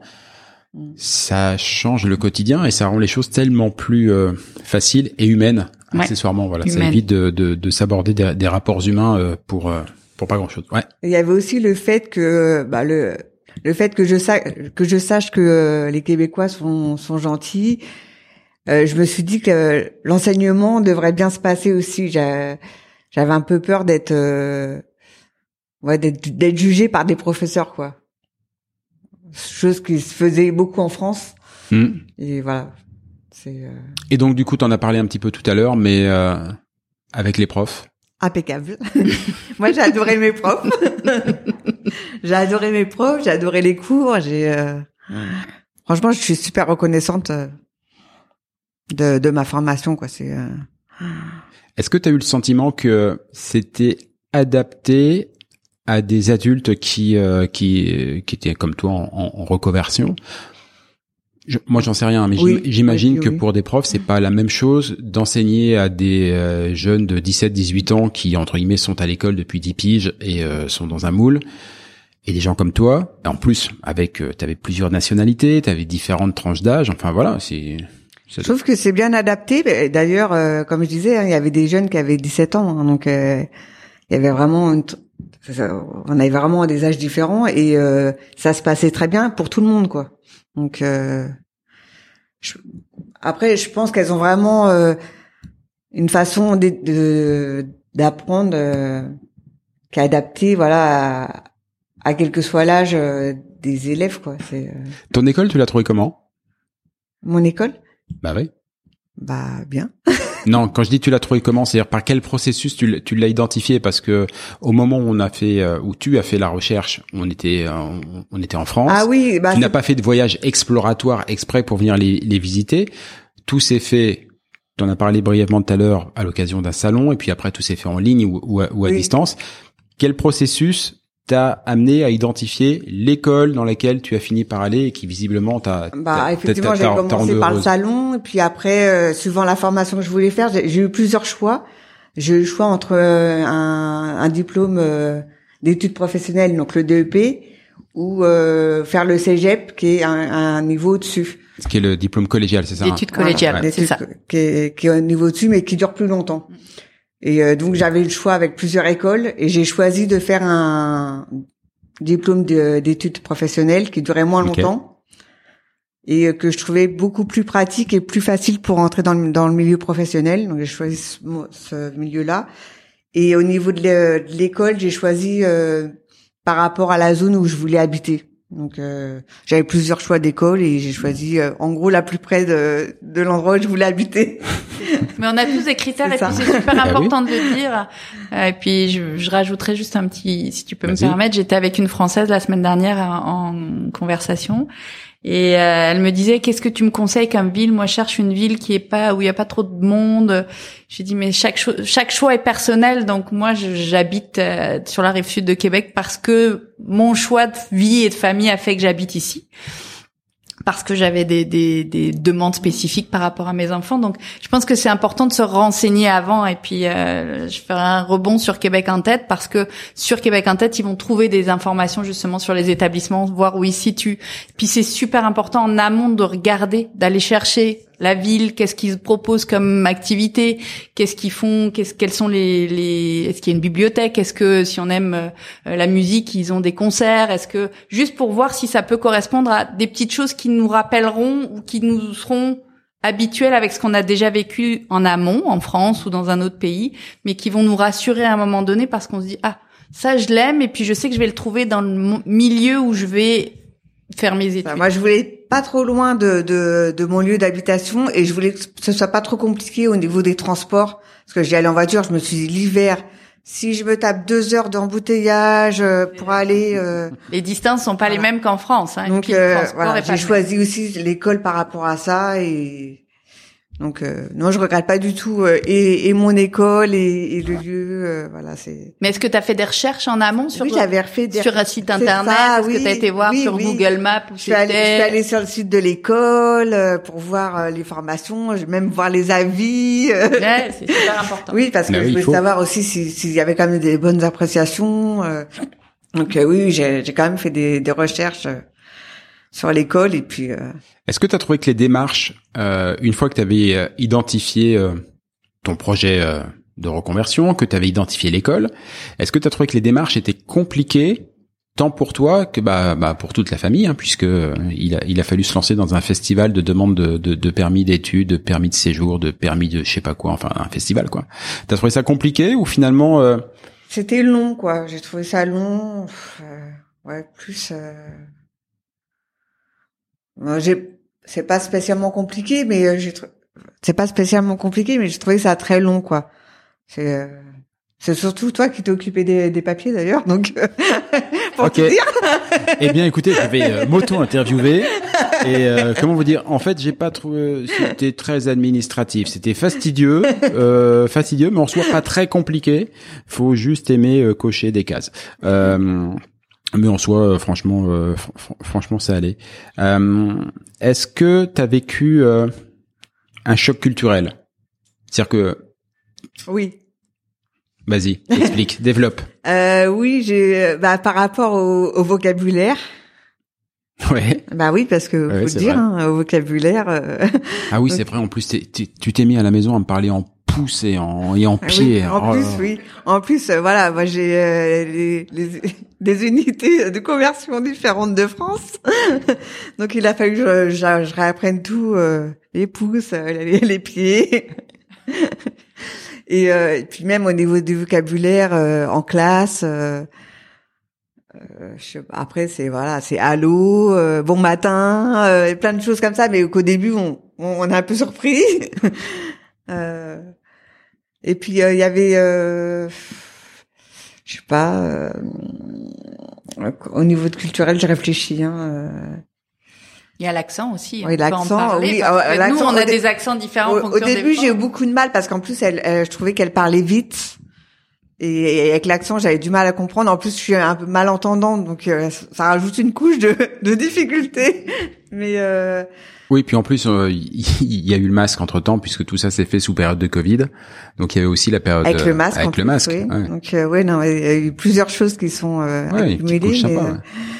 Ça change le quotidien et ça rend les choses tellement plus euh, faciles et humaines, ouais. Accessoirement. Voilà, humaine. Ça évite de, de, de s'aborder des, des rapports humains euh, pour euh, pour pas grand-chose. Ouais. Il y avait aussi le fait que bah le Le fait que je sache que je sache que euh, les Québécois sont sont gentils, euh, je me suis dit que l'enseignement devrait bien se passer aussi. J'ai, j'avais un peu peur d'être euh, ouais d'être d'être jugée par des professeurs, quoi. Chose qui se faisait beaucoup en France. Mmh. Et voilà. C'est. Euh... Et donc du coup, t'en as parlé un petit peu tout à l'heure, mais euh, avec les profs. Impeccable. Moi, j'ai adoré mes profs. J'ai adoré mes profs, j'ai adoré les cours. J'ai euh... franchement, je suis super reconnaissante euh, de, de ma formation, quoi. C'est. Euh... Est-ce que tu as eu le sentiment que c'était adapté à des adultes qui euh, qui qui étaient comme toi en, en reconversion? Je, moi, j'en sais rien, mais oui, j'imagine oui, que oui. Pour des profs, c'est pas la même chose d'enseigner à des euh, jeunes de dix-sept dix-huit ans qui, entre guillemets, sont à l'école depuis dix piges et euh, sont dans un moule. Et des gens comme toi, en plus, avec, euh, t'avais plusieurs nationalités, t'avais différentes tranches d'âge, enfin voilà, c'est... Je trouve que c'est bien adapté. D'ailleurs, euh, comme je disais, hein, il y avait des jeunes qui avaient dix-sept ans, hein, donc euh, il y avait vraiment... Une... On avait vraiment des âges différents et euh, ça se passait très bien pour tout le monde, quoi. Donc euh, je, après, je pense qu'elles ont vraiment euh, une façon de, de d'apprendre euh, qui est adaptée, voilà, à, à quel que soit l'âge euh, des élèves, quoi. C'est. Euh... Ton école, tu l'as trouvée comment? Mon école? Bah oui. Bah bien. Non, quand je dis tu l'as trouvé comment, c'est-à-dire par quel processus tu, tu l'as identifié? Parce que au moment où on a fait, euh, où tu as fait la recherche, on était, euh, on, on était en France. Ah oui. Bah tu n'as pas fait de voyage exploratoire exprès pour venir les, les visiter. Tout s'est fait. Tu en as parlé brièvement tout à l'heure à l'occasion d'un salon, et puis après tout s'est fait en ligne ou, ou à, ou à oui. distance. Quel processus t'a amené à identifier l'école dans laquelle tu as fini par aller et qui visiblement t'a... Bah t'a, effectivement, j'ai commencé par le salon et puis après, euh, suivant la formation que je voulais faire, j'ai, j'ai eu plusieurs choix. J'ai eu le choix entre euh, un, un diplôme euh, d'études professionnelles, donc le D E P, ou euh, faire le cégep, qui est un, un niveau au-dessus. Ce qui est le diplôme collégial, c'est ça? D'études collégiales, voilà, c'est ça. Qui est, qui est au niveau au-dessus, mais qui dure plus longtemps. Et euh, donc j'avais le choix avec plusieurs écoles, et j'ai choisi de faire un diplôme de, d'études professionnelles qui durait moins okay. longtemps, et que je trouvais beaucoup plus pratique et plus facile pour entrer dans le, dans le milieu professionnel. Donc j'ai choisi ce, ce milieu-là. Et au niveau de l'école, j'ai choisi euh, par rapport à la zone où je voulais habiter. Donc euh, j'avais plusieurs choix d'école et j'ai choisi euh, en gros la plus près de, de l'endroit où je voulais habiter. Mais on a tous des critères et puis c'est super important de le dire. Euh, et puis je, je rajouterais juste un petit, si tu peux Vas-y. me permettre, j'étais avec une Française la semaine dernière en, en conversation. Et euh, elle me disait, qu'est-ce que tu me conseilles comme ville? Moi, je cherche une ville qui est pas, où il y a pas trop de monde. J'ai dit, mais chaque cho- chaque choix est personnel. Donc moi, je, j'habite euh, sur la rive sud de Québec parce que mon choix de vie et de famille a fait que j'habite ici. Parce que j'avais des, des, des demandes spécifiques par rapport à mes enfants. Donc, je pense que c'est important de se renseigner avant. Et puis, euh, je ferai un rebond sur Québec en tête parce que sur Québec en tête, ils vont trouver des informations justement sur les établissements, voir où ils se situent. Puis, c'est super important en amont de regarder, d'aller chercher la ville, qu'est-ce qu'ils proposent comme activité, qu'est-ce qu'ils font, qu'est-ce, quels sont les, les, est-ce qu'il y a une bibliothèque, est-ce que si on aime euh, la musique, ils ont des concerts, est-ce que, juste pour voir si ça peut correspondre à des petites choses qui nous rappelleront ou qui nous seront habituelles avec ce qu'on a déjà vécu en amont, en France ou dans un autre pays, mais qui vont nous rassurer à un moment donné parce qu'on se dit, ah, ça je l'aime et puis je sais que je vais le trouver dans le milieu où je vais faire mes études. Enfin, moi, je voulais pas trop loin de, de, de mon lieu d'habitation et je voulais que ce soit pas trop compliqué au niveau des transports parce que j'y allais en voiture. Je me suis dit l'hiver, si je me tape deux heures d'embouteillage pour aller, euh, les distances sont pas voilà. les mêmes qu'en France. Hein, donc euh, voilà, j'ai choisi aussi l'école par rapport à ça et donc euh, non, je regrette pas du tout euh, et, et mon école et, et le lieu, euh, voilà, c'est. Mais est-ce que tu as fait des recherches en amont sur oui, j'avais refait des... sur un site internet? Ça, est-ce oui, que tu as été voir oui, sur oui. Google Maps où je suis, allée, je suis allée sur le site de l'école euh, pour voir euh, les formations, même voir les avis. Euh... Ouais, c'est super important. Oui, parce que Mais je voulais faut... savoir aussi s'il si y avait quand même des bonnes appréciations. Euh... Donc euh, oui, j'ai, j'ai quand même fait des, des recherches. Euh... sur l'école et puis. Euh... Est-ce que tu as trouvé que les démarches, euh, une fois que tu avais euh, identifié euh, ton projet euh, de reconversion, que tu avais identifié l'école, est-ce que tu as trouvé que les démarches étaient compliquées tant pour toi que bah, bah pour toute la famille, hein, puisque euh, il a il a fallu se lancer dans un festival de demande de, de, de permis d'études, de permis de séjour, de permis de je sais pas quoi, enfin un festival quoi. T'as trouvé ça compliqué ou finalement euh... C'était long quoi. J'ai trouvé ça long. Euh, ouais, plus. Euh... J'ai, c'est pas spécialement compliqué, mais j'ai, c'est pas spécialement compliqué, mais j'ai trouvé ça très long, quoi. C'est, euh... c'est surtout toi qui t'es occupé des, des papiers d'ailleurs, donc pour okay. te dire. Eh bien, écoutez, je vais euh, m'auto-interviewer et euh, comment vous dire. En fait, j'ai pas trouvé. C'était très administratif. C'était fastidieux, euh, fastidieux, mais en soi pas très compliqué. Faut juste aimer euh, cocher des cases. Euh, Mais en soi, euh, franchement, euh, fr- franchement, ça allait. Euh, est-ce que t'as vécu euh, un choc culturel? C'est-à-dire que... Oui. Vas-y, explique, développe. Euh, oui, j'ai, bah, par rapport au, au vocabulaire. Ouais. Bah oui, parce que ouais, faut le dire, hein, au vocabulaire. Euh... Ah oui, donc... c'est vrai. En plus, t'es, t'es, tu t'es mis à la maison à me parler en pouce et en et en pied. Oui, en oh. plus, oui. En plus, euh, voilà, moi j'ai euh, les, les, des unités de conversion différentes de France, donc il a fallu que je, je, je réapprenne tout, euh, les pouces, euh, les, les pieds. et, euh, et puis même au niveau du vocabulaire euh, en classe. Euh, Euh, je, après c'est voilà c'est allô euh, bon matin euh, plein de choses comme ça mais qu'au début on on, on est un peu surpris euh, et puis il euh, y avait euh, je sais pas euh, au niveau de culturel je réfléchis hein euh, il y a l'accent aussi. Oui, on l'accent. Peut en parler, oui, parce que l'accent, nous, on a dé... des accents différents. Au, au début, j'ai eu beaucoup de mal parce qu'en plus, elle, elle, je trouvais qu'elle parlait vite. Et, et avec l'accent, j'avais du mal à comprendre. En plus, je suis un peu malentendante, donc euh, ça rajoute une couche de, de difficulté. Mais euh... oui, puis en plus, il euh, y, y a eu le masque entre-temps, puisque tout ça s'est fait sous période de Covid. Donc il y avait aussi la période avec le masque. Avec le plus, masque. Oui. Ouais. Donc euh, ouais, non, il y a eu plusieurs choses qui sont euh, ouais, accumulées. Mais, sympa, euh... ouais.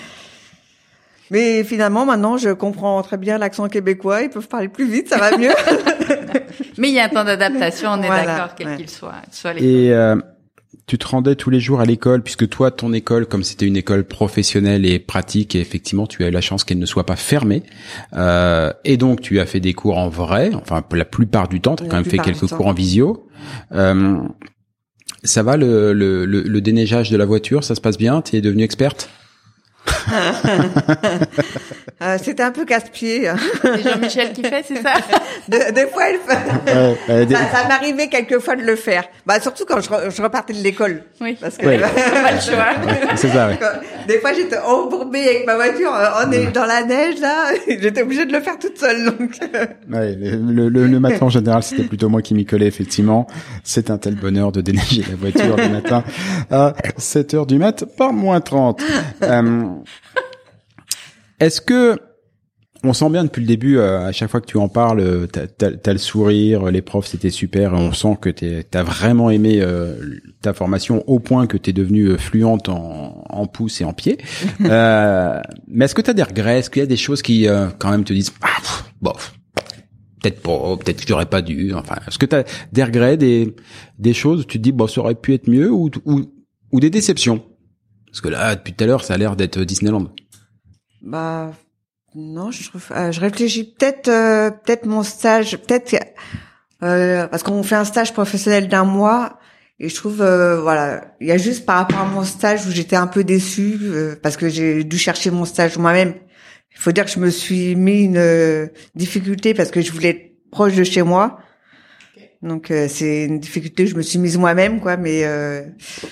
mais finalement, maintenant, je comprends très bien l'accent québécois. Ils peuvent parler plus vite, ça va mieux. Mais il y a un temps d'adaptation, on est voilà, d'accord, quel ouais. qu'il soit. soit Et euh, tu te rendais tous les jours à l'école, puisque toi, ton école, comme c'était une école professionnelle et pratique, et effectivement, tu as eu la chance qu'elle ne soit pas fermée. Euh, et donc, tu as fait des cours en vrai, enfin, la plupart du temps, tu as quand même fait quelques cours en visio. Euh, ça va, le, le, le, le déneigeage de la voiture, ça se passe bien? Tu es devenue experte? euh, c'était un peu casse-pied. C'est Jean-Michel qui fait, c'est ça? de, Des fois, il fait... ouais, euh, des... ça, ça m'arrivait quelquefois de le faire. Bah surtout quand je, re, je repartais de l'école. Oui. Parce que ouais. pas le choix. C'est ça. Ouais. Des fois, j'étais embourbée avec ma voiture. On est dans la neige là. J'étais obligée de le faire toute seule. Donc. Ouais, le, le, le matin en général, c'était plutôt moi qui m'y collais effectivement. C'est un tel bonheur de déneiger la voiture le matin à sept heures du mat par moins trente. Euh, Est-ce que on sent bien depuis le début, euh, à chaque fois que tu en parles, t'as, t'as, t'as le sourire, les profs c'était super, et on sent que t'es, t'as vraiment aimé euh, ta formation au point que t'es devenue fluente en, en pouce et en pied. euh, mais est-ce que t'as des regrets? Est-ce qu'il y a des choses qui euh, quand même te disent ah, pff, bof, peut-être pas, peut-être que j'aurais pas dû. Enfin, est-ce que t'as des regrets, des des choses où tu te dis bon, ça aurait pu être mieux, ou ou, ou des déceptions? Parce que là, depuis tout à l'heure, ça a l'air d'être Disneyland. Bah non, je trouve. Euh, je réfléchis peut-être, euh, peut-être mon stage, peut-être euh, parce qu'on fait un stage professionnel d'un mois et je trouve, euh, voilà, il y a juste par rapport à mon stage où j'étais un peu déçue euh, parce que j'ai dû chercher mon stage moi-même. Il faut dire que je me suis mis une euh, difficulté parce que je voulais être proche de chez moi. Donc euh, c'est une difficulté que je me suis mise moi-même, quoi. Mais euh,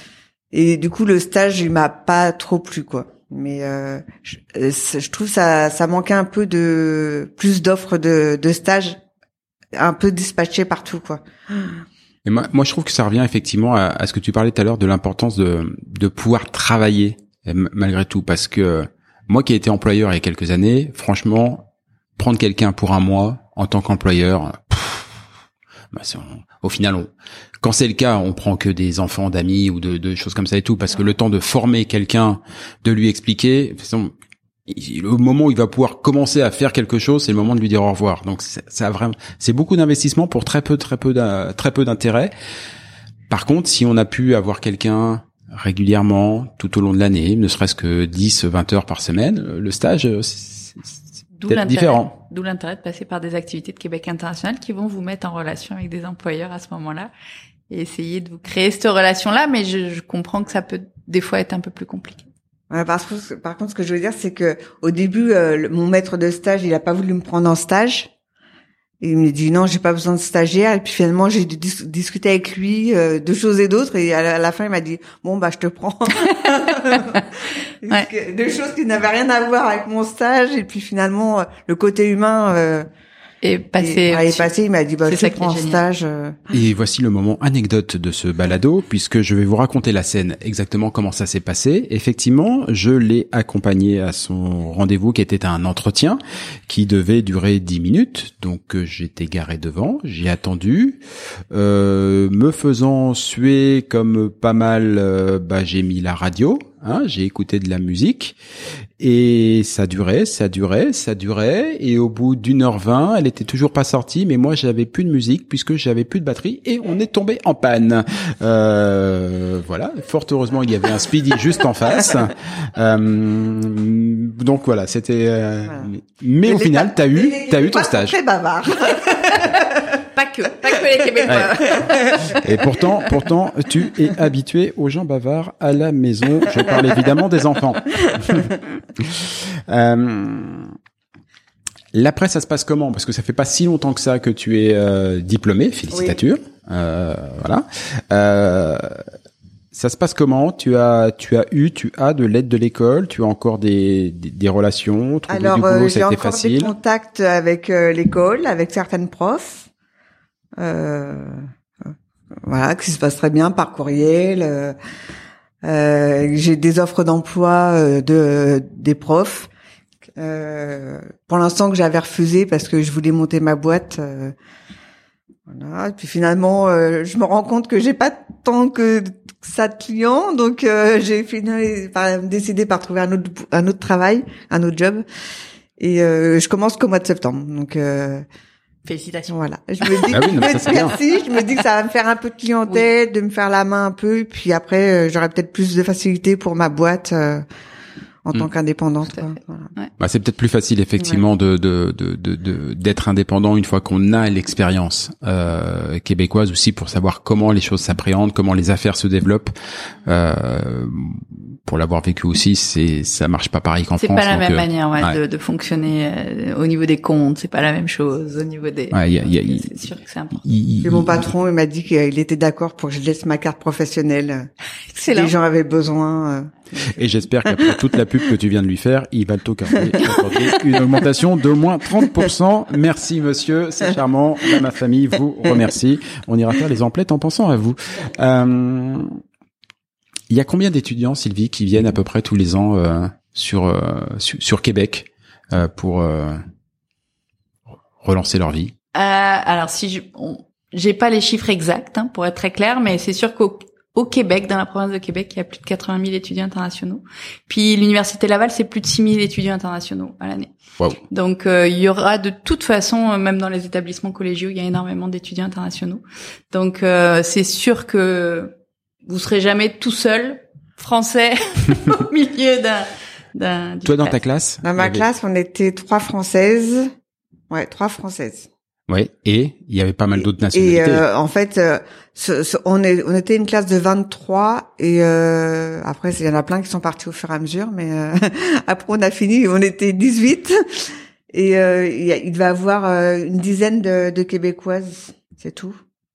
et du coup le stage il m'a pas trop plu, quoi. Mais euh, je, je trouve ça ça manquait un peu de plus d'offres de de stages un peu dispatchées partout, quoi. Et moi, moi je trouve que ça revient effectivement à, à ce que tu parlais tout à l'heure de l'importance de de pouvoir travailler malgré tout, parce que moi qui ai été employeur il y a quelques années, franchement, prendre quelqu'un pour un mois en tant qu'employeur, pff, bah c'est, on, au final on quand c'est le cas, on prend que des enfants d'amis ou de, de choses comme ça et tout, parce que le temps de former quelqu'un, de lui expliquer, le moment où il va pouvoir commencer à faire quelque chose, c'est le moment de lui dire au revoir. Donc ça a vraiment, c'est beaucoup d'investissement pour très peu, très peu, très peu d'intérêt. Par contre, si on a pu avoir quelqu'un régulièrement tout au long de l'année, ne serait-ce que dix, vingt heures par semaine, le stage, c'est, c'est D'où peut-être différent. D'où l'intérêt de passer par des activités de Québec international qui vont vous mettre en relation avec des employeurs à ce moment-là et essayer de vous créer cette relation-là. Mais je, je comprends que ça peut des fois être un peu plus compliqué. Ouais, par, par contre, ce que je veux dire, c'est que au début, euh, le, mon maître de stage, il a pas voulu me prendre en stage. Et il me dit non, j'ai pas besoin de stagiaire. Et puis finalement, j'ai dû dis- discuter avec lui euh, de choses et d'autres. Et à la, à la fin, il m'a dit bon bah je te prends. Ouais. Des choses qui n'avaient rien à voir avec mon stage. Et puis finalement, le côté humain. Euh, Et passé, et, ouais, est passé, il m'a dit, bah, c'est je ça te prends en stage. Euh... Et voici le moment anecdote de ce balado, puisque je vais vous raconter la scène, exactement comment ça s'est passé. Effectivement, je l'ai accompagné à son rendez-vous qui était un entretien qui devait durer dix minutes. Donc, j'étais garé devant, j'ai attendu. Euh, me faisant suer comme pas mal, euh, bah, j'ai mis la radio. Hein, j'ai écouté de la musique et ça durait, ça durait, ça durait et au bout d'une heure vingt, elle était toujours pas sortie, mais moi j'avais plus de musique puisque j'avais plus de batterie et on est tombé en panne. Euh, voilà, fort heureusement il y avait un Speedy juste en face. Euh, donc voilà, c'était. Euh, voilà. Mais, mais au final, t'as eu, t'as eu ton stage. Très bavard. Pas que, pas que les Québécois. Ouais. Et pourtant, pourtant, tu es habitué aux gens bavards à la maison. Je parle évidemment des enfants. euh, L'après, ça se passe comment? Parce que ça fait pas si longtemps que ça que tu es euh, diplômé. Félicitations. Oui. Euh, voilà. Euh, ça se passe comment? Tu as, tu as eu, tu as de l'aide de l'école. Tu as encore des, des, des relations. Trouver Alors, du boulot, euh, ça a été facile. j'ai encore des contacts avec euh, l'école, avec certaines profs. Euh, voilà, que ça se passe très bien par courriel. Euh, euh, j'ai des offres d'emploi euh, de des profs. Euh, pour l'instant que j'avais refusé parce que je voulais monter ma boîte. Euh, voilà. Et puis finalement, euh, je me rends compte que j'ai pas tant que ça de clients, donc euh, j'ai fini par décider par trouver un autre un autre travail, un autre job. Et euh, je commence qu'au mois de septembre. Donc euh, félicitations. Voilà. Je me dis ah oui, que, non, ça, c'est merci, je me dis que ça va me faire un peu de clientèle, oui. de me faire la main un peu, et puis après euh, j'aurai peut-être plus de facilité pour ma boîte euh, en mmh. tant qu'indépendante. Quoi. Voilà. Ouais. Bah, c'est peut-être plus facile effectivement ouais. de, de, de, de, de, d'être indépendant une fois qu'on a l'expérience euh, québécoise aussi pour savoir comment les choses s'appréhendent, comment les affaires se développent. Euh, pour l'avoir vécu aussi, c'est ça marche pas pareil qu'en c'est France. C'est pas la même euh, manière ouais, ouais. De, de fonctionner euh, au niveau des comptes. C'est pas la même chose au niveau des. Ouais, y a, y a, c'est sûr que c'est important. Y, y, Et mon patron, il m'a dit qu'il était d'accord pour que je laisse ma carte professionnelle. Excellent. Si les gens avaient besoin. Euh... Et j'espère qu'après toute la pub que tu viens de lui faire, il va te t'accorder une augmentation d'au moins trente pour cent. Merci monsieur, c'est charmant. Là, ma famille vous remercie. On ira faire les emplettes en pensant à vous. Euh, il y a combien d'étudiants, Sylvie, qui viennent à peu près tous les ans euh, sur, euh, sur sur Québec euh, pour euh, relancer leur vie? euh, Alors si je, on, j'ai pas les chiffres exacts hein, pour être très clair, mais c'est sûr qu'au Au Québec, dans la province de Québec, il y a plus de quatre-vingt mille étudiants internationaux. Puis l'université Laval, c'est plus de six mille étudiants internationaux à l'année. Wow. Donc euh, il y aura de toute façon, même dans les établissements collégiaux, il y a énormément d'étudiants internationaux. Donc euh, c'est sûr que vous serez jamais tout seul, français, au milieu d'un... d'un Toi, dans ta classe? Dans ma avait... classe, on était trois Françaises. Ouais, trois Françaises. Ouais, et il y avait pas mal d'autres nationalités. Et euh, en fait, euh, ce, ce, on est, on était une classe de vingt-trois et euh, après il y en a plein qui sont partis au fur et à mesure, mais euh, après on a fini, on était dix-huit et euh, il, y a, il devait avoir euh, une dizaine de, de Québécoises, c'est tout.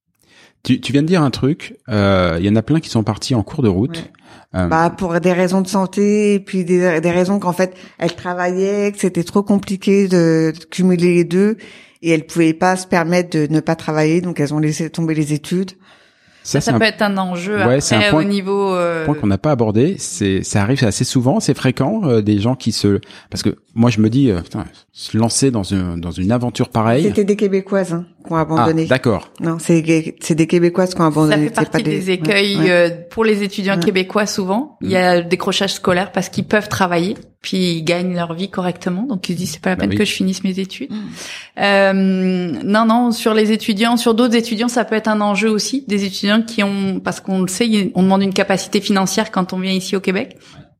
Tu, tu viens de dire un truc, euh, il y en a plein qui sont partis en cours de route. Ouais. Euh, bah pour des raisons de santé et puis des, des raisons qu'en fait elles travaillaient, que c'était trop compliqué de, de cumuler les deux. Et elles pouvaient pas se permettre de ne pas travailler, donc elles ont laissé tomber les études. Ça, ça, ça peut un... être un enjeu ouais, après un point, au niveau. Euh... Point qu'on n'a pas abordé, c'est ça arrive assez souvent, c'est fréquent euh, des gens qui se, parce que moi je me dis, euh, putain, se lancer dans une dans une aventure pareille. C'était des Québécoises hein, qui ont abandonné. Ah, d'accord. Non, c'est c'est des Québécoises qui ont abandonné. Ça fait partie pas des, des écueils ouais, euh, pour les étudiants ouais. québécois souvent. Il y a mmh. décrochage scolaire parce qu'ils peuvent travailler, puis ils gagnent leur vie correctement, donc ils se disent c'est pas la peine bah oui. que je finisse mes études. Mmh. Euh, non, non, sur les étudiants, sur d'autres étudiants, ça peut être un enjeu aussi. Des étudiants qui ont, parce qu'on le sait, on demande une capacité financière quand on vient ici au Québec,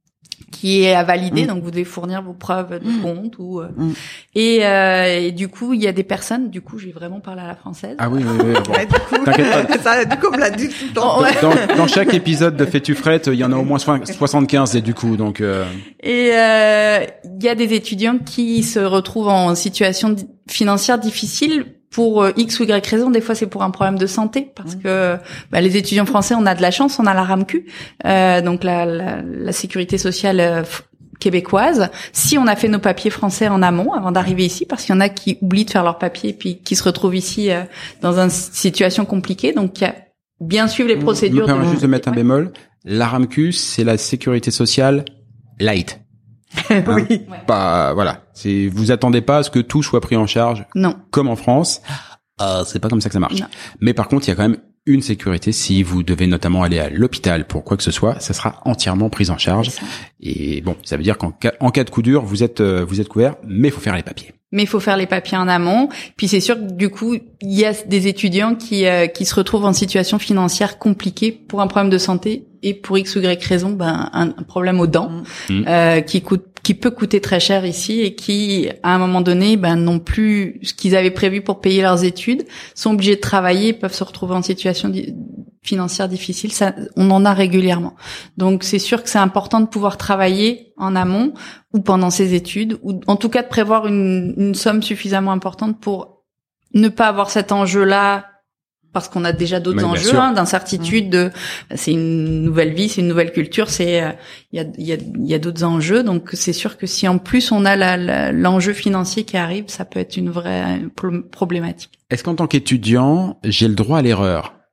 qui est à valider, mmh. donc vous devez fournir vos preuves de compte ou euh, mmh. et, euh, et du coup il y a des personnes, du coup j'ai vraiment parlé à la française. Ah oui, oui, oui. Bon. Ouais, du coup, T'inquiète pas. Ça, du coup on l'a dit tout le temps. Dans, dans, dans chaque épisode de Fais-tu frette, il y en a au moins soixante-quinze et du coup donc. Euh... Et euh, il y a des étudiants qui se retrouvent en situation financière difficile. Pour X ou Y raison, des fois c'est pour un problème de santé, parce que bah, les étudiants français, on a de la chance, on a la R A M Q, euh, donc la, la, la sécurité sociale euh, québécoise. Si on a fait nos papiers français en amont, avant d'arriver ici, parce qu'il y en a qui oublient de faire leurs papiers, puis qui se retrouvent ici euh, dans une situation compliquée, donc il y a bien suivre les procédures. Je me permets de... juste de mettre un bémol. La R A M Q, c'est la sécurité sociale light. Hein, oui. Pas, voilà. C'est, vous attendez pas à ce que tout soit pris en charge. Non. Comme en France. Euh, c'est pas comme ça que ça marche. Non. Mais par contre, il y a quand même une sécurité. Si vous devez notamment aller à l'hôpital pour quoi que ce soit, ça sera entièrement pris en charge. Et bon, ça veut dire qu'en cas, en cas de coup dur, vous êtes, euh, vous êtes couvert, mais il faut faire les papiers. Mais il faut faire les papiers en amont. Puis c'est sûr que du coup, il y a des étudiants qui euh, qui se retrouvent en situation financière compliquée pour un problème de santé et pour X ou Y raison, ben un, un problème aux dents mmh. euh, qui coûte, qui peut coûter très cher ici et qui, à un moment donné, ben n'ont plus ce qu'ils avaient prévu pour payer leurs études, sont obligés de travailler, peuvent se retrouver en situation di- financière difficile. Ça, on en a régulièrement. Donc c'est sûr que c'est important de pouvoir travailler en amont ou pendant ses études, ou en tout cas de prévoir une, une somme suffisamment importante pour ne pas avoir cet enjeu-là, parce qu'on a déjà d'autres oui, enjeux hein, d'incertitude. De, c'est une nouvelle vie, c'est une nouvelle culture, c'est il y a il y a il y a d'autres enjeux. Donc c'est sûr que si en plus on a la, la, l'enjeu financier qui arrive, ça peut être une vraie problématique. Est-ce qu'en tant qu'étudiant, j'ai le droit à l'erreur?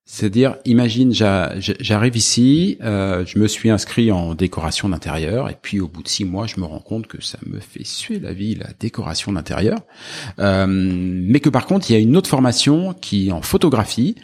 C'est-à-dire, imagine, j'a- j'arrive ici, euh, je me suis inscrit en décoration d'intérieur, et puis au bout de six mois, je me rends compte que ça me fait suer la vie, la décoration d'intérieur. Euh, mais que par contre, il y a une autre formation qui est en photographie,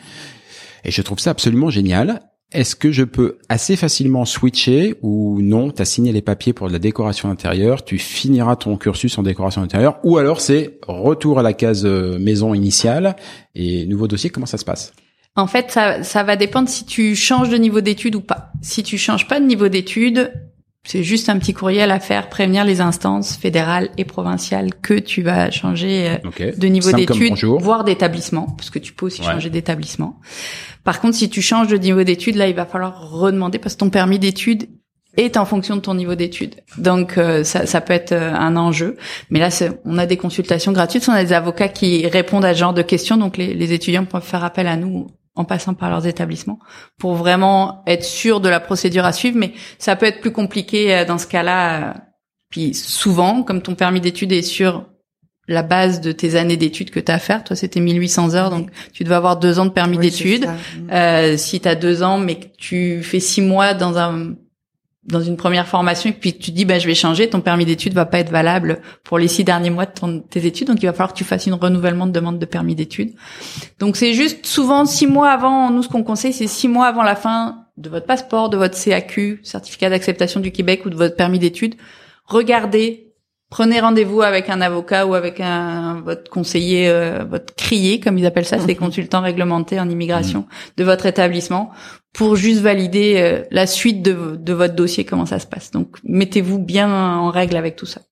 et je trouve ça absolument génial. Est-ce que je peux assez facilement switcher ou non, t'as signé les papiers pour de la décoration d'intérieur, tu finiras ton cursus en décoration d'intérieur, ou alors c'est retour à la case maison initiale et nouveau dossier, comment ça se passe? En fait, ça, ça va dépendre si tu changes de niveau d'études ou pas. Si tu changes pas de niveau d'études, c'est juste un petit courriel à faire, prévenir les instances fédérales et provinciales que tu vas changer okay. de niveau Simple d'études, comme voire d'établissement, parce que tu peux aussi ouais. changer d'établissement. Par contre, si tu changes de niveau d'études, là, il va falloir redemander parce que ton permis d'études est en fonction de ton niveau d'études. Donc, euh, ça, ça peut être un enjeu. Mais là, c'est, on a des consultations gratuites, on a des avocats qui répondent à ce genre de questions, donc les, les étudiants peuvent faire appel à nous en passant par leurs établissements pour vraiment être sûr de la procédure à suivre. Mais ça peut être plus compliqué dans ce cas-là. Puis souvent, comme ton permis d'études est sur la base de tes années d'études que tu as à faire, toi c'était mille huit cents heures, donc tu dois avoir deux ans de permis oui, d'études. Euh, si tu as deux ans, mais que tu fais six mois dans un dans une première formation et puis tu te dis bah je vais changer, ton permis d'études va pas être valable pour les six derniers mois de ton, tes études, donc il va falloir que tu fasses une renouvellement de demande de permis d'études. Donc c'est juste souvent six mois avant, nous ce qu'on conseille c'est six mois avant la fin de votre passeport, de votre C A Q, certificat d'acceptation du Québec ou de votre permis d'études, regardez. Prenez rendez-vous avec un avocat ou avec un votre conseiller, euh, votre crier, comme ils appellent ça, c'est des consultants réglementés en immigration de votre établissement, pour juste valider euh, la suite de, de votre dossier, comment ça se passe. Donc, mettez-vous bien en règle avec tout ça.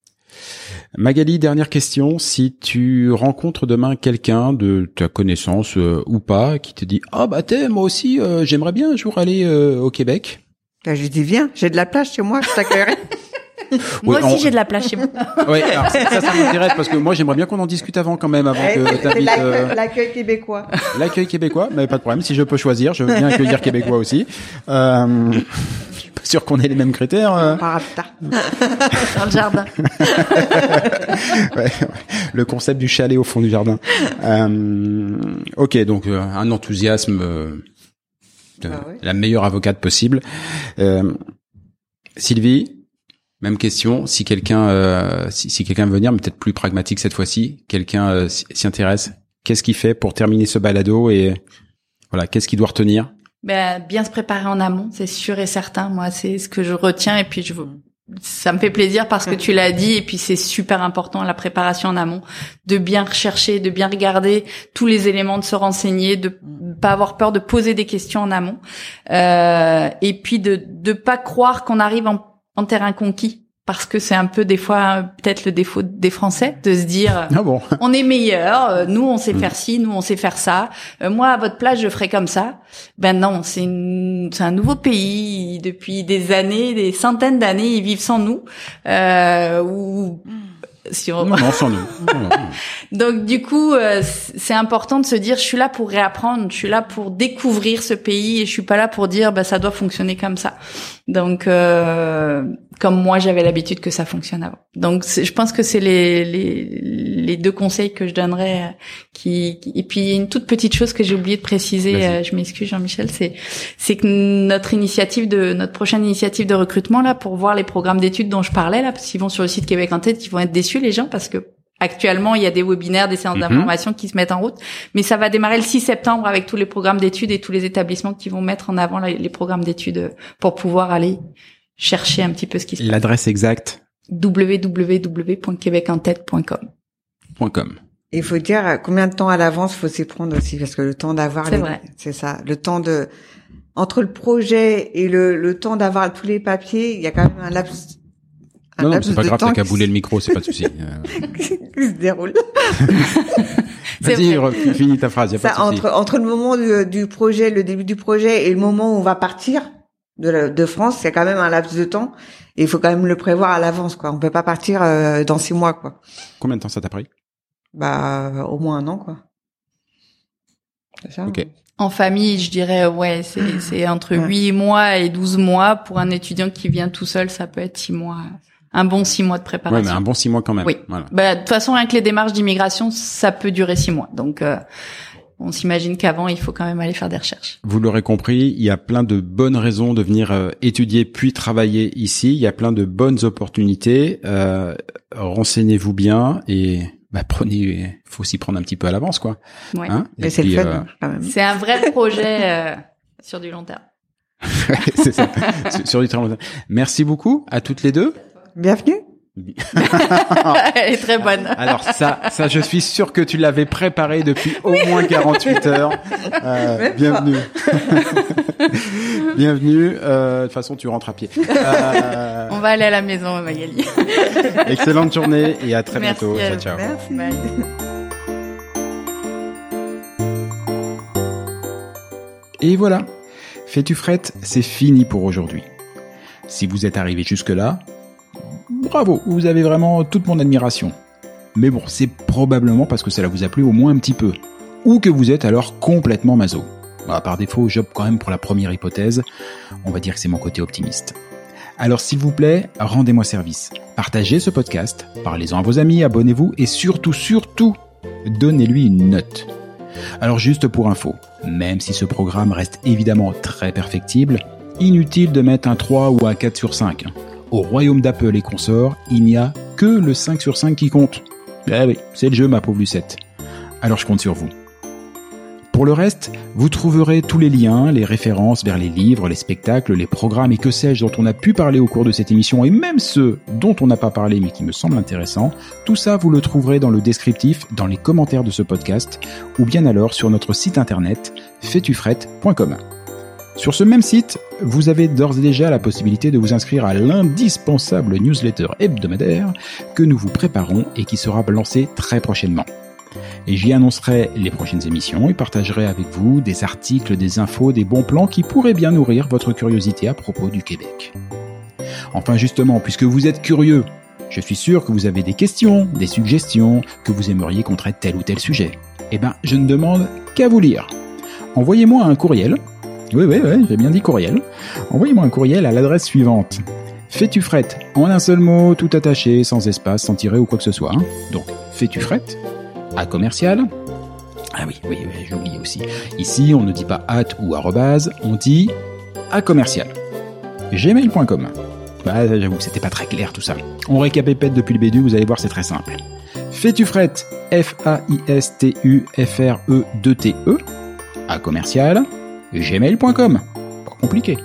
Magali, dernière question. Si tu rencontres demain quelqu'un de ta connaissance euh, ou pas, qui te dit « Ah oh, bah t'es, moi aussi, euh, j'aimerais bien un jour aller euh, au Québec. » Bah, je dis « Viens, j'ai de la place chez moi, je t'accueillerai. » Moi oui, aussi, on... j'ai de la place chez moi. Oui, alors ça, ça, ça m'intéresse parce que moi, j'aimerais bien qu'on en discute avant quand même, avant que t'invites. L'accueil, euh... l'accueil québécois. L'accueil québécois, mais pas de problème. Si je peux choisir, je veux bien accueillir québécois aussi. Euh... Je suis pas sûr qu'on ait les mêmes critères. Euh... Dans le jardin. ouais, ouais. Le concept du chalet au fond du jardin. Euh... Ok, donc euh, un enthousiasme, euh... de ah ouais. la meilleure avocate possible. Euh... Sylvie. Même question, si quelqu'un euh, si, si quelqu'un veut venir, mais peut-être plus pragmatique cette fois-ci, quelqu'un euh, s'y intéresse, qu'est-ce qu'il fait pour terminer ce balado et voilà, qu'est-ce qu'il doit retenir? Ben, bien se préparer en amont, c'est sûr et certain. Moi, c'est ce que je retiens et puis je ça me fait plaisir parce que tu l'as dit et puis c'est super important la préparation en amont, de bien rechercher, de bien regarder tous les éléments, de se renseigner, de pas avoir peur de poser des questions en amont euh, et puis de de pas croire qu'on arrive en en terrain conquis, parce que c'est un peu des fois peut-être le défaut des Français de se dire ah bon. on est meilleur, nous on sait faire ci, nous on sait faire ça, euh, moi à votre place je ferai comme ça. Ben non, c'est une, c'est un nouveau pays, depuis des années, des centaines d'années ils vivent sans nous, euh, ou si on... non, non, sans nous. Donc du coup, euh, c'est important de se dire, je suis là pour réapprendre, je suis là pour découvrir ce pays et je suis pas là pour dire, bah ça doit fonctionner comme ça. Donc euh, comme moi j'avais l'habitude que ça fonctionne avant. Donc je pense que c'est les, les les deux conseils que je donnerais. Euh, qui, qui et puis une toute petite chose que j'ai oublié de préciser, euh, je m'excuse Jean-Michel, c'est c'est que notre initiative de notre prochaine initiative de recrutement là pour voir les programmes d'études dont je parlais là, parce qu'ils vont sur le site Québec en tête, ils vont être déçus les gens parce que actuellement, il y a des webinaires, des séances mm-hmm. d'information qui se mettent en route, mais ça va démarrer le six septembre avec tous les programmes d'études et tous les établissements qui vont mettre en avant les programmes d'études pour pouvoir aller chercher un petit peu ce qui se passe. L'adresse exacte w w w point québec en tête point com. .com. Il faut dire combien de temps à l'avance faut s'y prendre aussi, parce que le temps d'avoir c'est les... vrai. c'est ça, le temps de entre le projet et le le temps d'avoir tous les papiers, il y a quand même un laps. Un non, non, c'est pas grave, t'as qu'à bouler se... le micro, c'est pas de souci. qui se déroule. Vas-y, finis ta phrase, y a ça, pas de souci. Entre, entre le moment du, du projet, le début du projet et le moment où on va partir de, la, de France, il y a quand même un laps de temps. Et il faut quand même le prévoir à l'avance, quoi. On peut pas partir euh, dans six mois, quoi. Combien de temps ça t'a pris? Bah, au moins un an, quoi. C'est ça. Ok. En famille, je dirais, ouais, c'est, c'est entre huit mois et douze mois. Pour un étudiant qui vient tout seul, ça peut être six mois. Un bon six mois de préparation. Ouais, mais un bon six mois quand même. Oui. Voilà. Bah, de toute façon, avec les démarches d'immigration, ça peut durer six mois. Donc, euh, on s'imagine qu'avant, il faut quand même aller faire des recherches. Vous l'aurez compris, il y a plein de bonnes raisons de venir euh, étudier puis travailler ici. Il y a plein de bonnes opportunités. Euh, renseignez-vous bien et bah, prenez, faut s'y prendre un petit peu à l'avance, quoi. Ouais. Hein Mais c'est puis, le fun, euh, quand même. C'est un vrai projet euh, sur du long terme. c'est ça. sur, sur du très long terme. Merci beaucoup à toutes les deux. Bienvenue. Elle est très bonne. Alors ça, ça, je suis sûr que tu l'avais préparé depuis au moins quarante-huit heures. Euh, bienvenue. Bienvenue. Euh, de toute façon, tu rentres à pied. Euh, On va aller à la maison, Magali. Excellente journée et à très Merci bientôt. à Ciao, vous. ciao. Merci. Bye. Et voilà. Fais-tu frette, c'est fini pour aujourd'hui. Si vous êtes arrivé jusque-là, bravo, vous avez vraiment toute mon admiration. Mais bon, c'est probablement parce que cela vous a plu au moins un petit peu. Ou que vous êtes alors complètement maso. Bah, par défaut, j'opte quand même pour la première hypothèse. On va dire que c'est mon côté optimiste. Alors s'il vous plaît, rendez-moi service. Partagez ce podcast, parlez-en à vos amis, abonnez-vous et surtout, surtout, donnez-lui une note. Alors juste pour info, même si ce programme reste évidemment très perfectible, inutile de mettre un trois ou un quatre sur cinq. Au royaume d'Apple et consorts, il n'y a que le cinq sur cinq qui compte. Eh oui, c'est le jeu ma pauvre Lucette. Alors je compte sur vous. Pour le reste, vous trouverez tous les liens, les références vers les livres, les spectacles, les programmes et que sais-je dont on a pu parler au cours de cette émission et même ceux dont on n'a pas parlé mais qui me semblent intéressants. Tout ça, vous le trouverez dans le descriptif, dans les commentaires de ce podcast ou bien alors sur notre site internet fais tu frette point com. Sur ce même site, vous avez d'ores et déjà la possibilité de vous inscrire à l'indispensable newsletter hebdomadaire que nous vous préparons et qui sera lancé très prochainement. Et j'y annoncerai les prochaines émissions et partagerai avec vous des articles, des infos, des bons plans qui pourraient bien nourrir votre curiosité à propos du Québec. Enfin justement, puisque vous êtes curieux, je suis sûr que vous avez des questions, des suggestions, que vous aimeriez qu'on traite tel ou tel sujet. Eh ben, je ne demande qu'à vous lire. Envoyez-moi un courriel. Oui, oui, oui, j'ai bien dit courriel. Envoyez-moi un courriel à l'adresse suivante. Fais-tu frette, en un seul mot, tout attaché, sans espace, sans tirer ou quoi que ce soit. Hein. Donc, fais-tu frette, à commercial. Ah oui, oui, oui, j'ai oublié aussi. Ici, on ne dit pas at ou arrobase, on dit à commercial. gmail point com. Bah, j'avoue que c'était pas très clair tout ça. On récapépète depuis le début, vous allez voir, c'est très simple. Fais-tu frette, F A I S T U F R E deux T E, à commercial, gmail point com. Pas compliqué.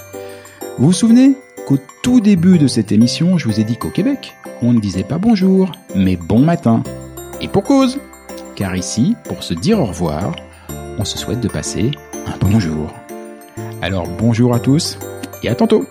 Vous vous souvenez qu'au tout début de cette émission, je vous ai dit qu'au Québec, on ne disait pas bonjour, mais bon matin. Et pour cause, car ici, pour se dire au revoir, on se souhaite de passer un bonjour. Alors bonjour à tous et à tantôt.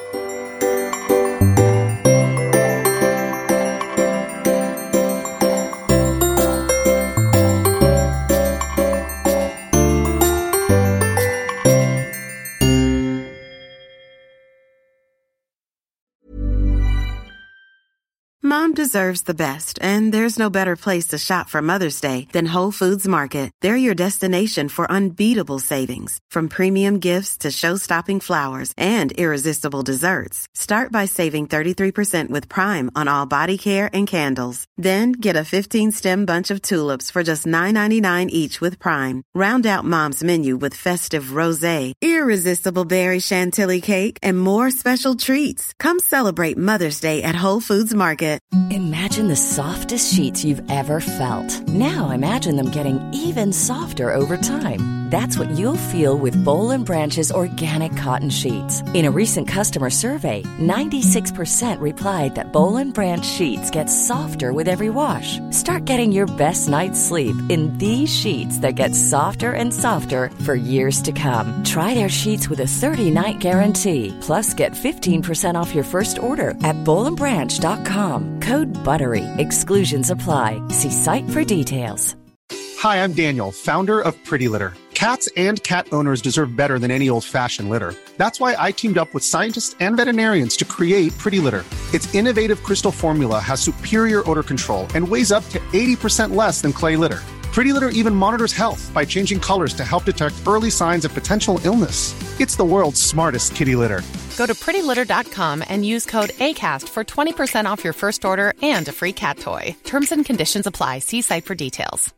Mom deserves the best, and there's no better place to shop for Mother's Day than Whole Foods Market. They're your destination for unbeatable savings, from premium gifts to show-stopping flowers and irresistible desserts. Start by saving thirty-three percent with Prime on all body care and candles. Then get a fifteen-stem bunch of tulips for just nine ninety-nine each with Prime. Round out Mom's menu with festive rosé, irresistible berry chantilly cake, and more special treats. Come celebrate Mother's Day at Whole Foods Market. Imagine the softest sheets you've ever felt. Now imagine them getting even softer over time. That's what you'll feel with Boll and Branch's organic cotton sheets. In a recent customer survey, ninety-six percent replied that Boll and Branch sheets get softer with every wash. Start getting your best night's sleep in these sheets that get softer and softer for years to come. Try their sheets with a thirty-night guarantee. Plus, get fifteen percent off your first order at boll and branch dot com. Code BUTTERY. Exclusions apply. See site for details. Hi, I'm Daniel, founder of Pretty Litter. Cats and cat owners deserve better than any old-fashioned litter. That's why I teamed up with scientists and veterinarians to create Pretty Litter. Its innovative crystal formula has superior odor control and weighs up to eighty percent less than clay litter. Pretty Litter even monitors health by changing colors to help detect early signs of potential illness. It's the world's smartest kitty litter. Go to pretty litter dot com and use code ACAST for twenty percent off your first order and a free cat toy. Terms and conditions apply. See site for details.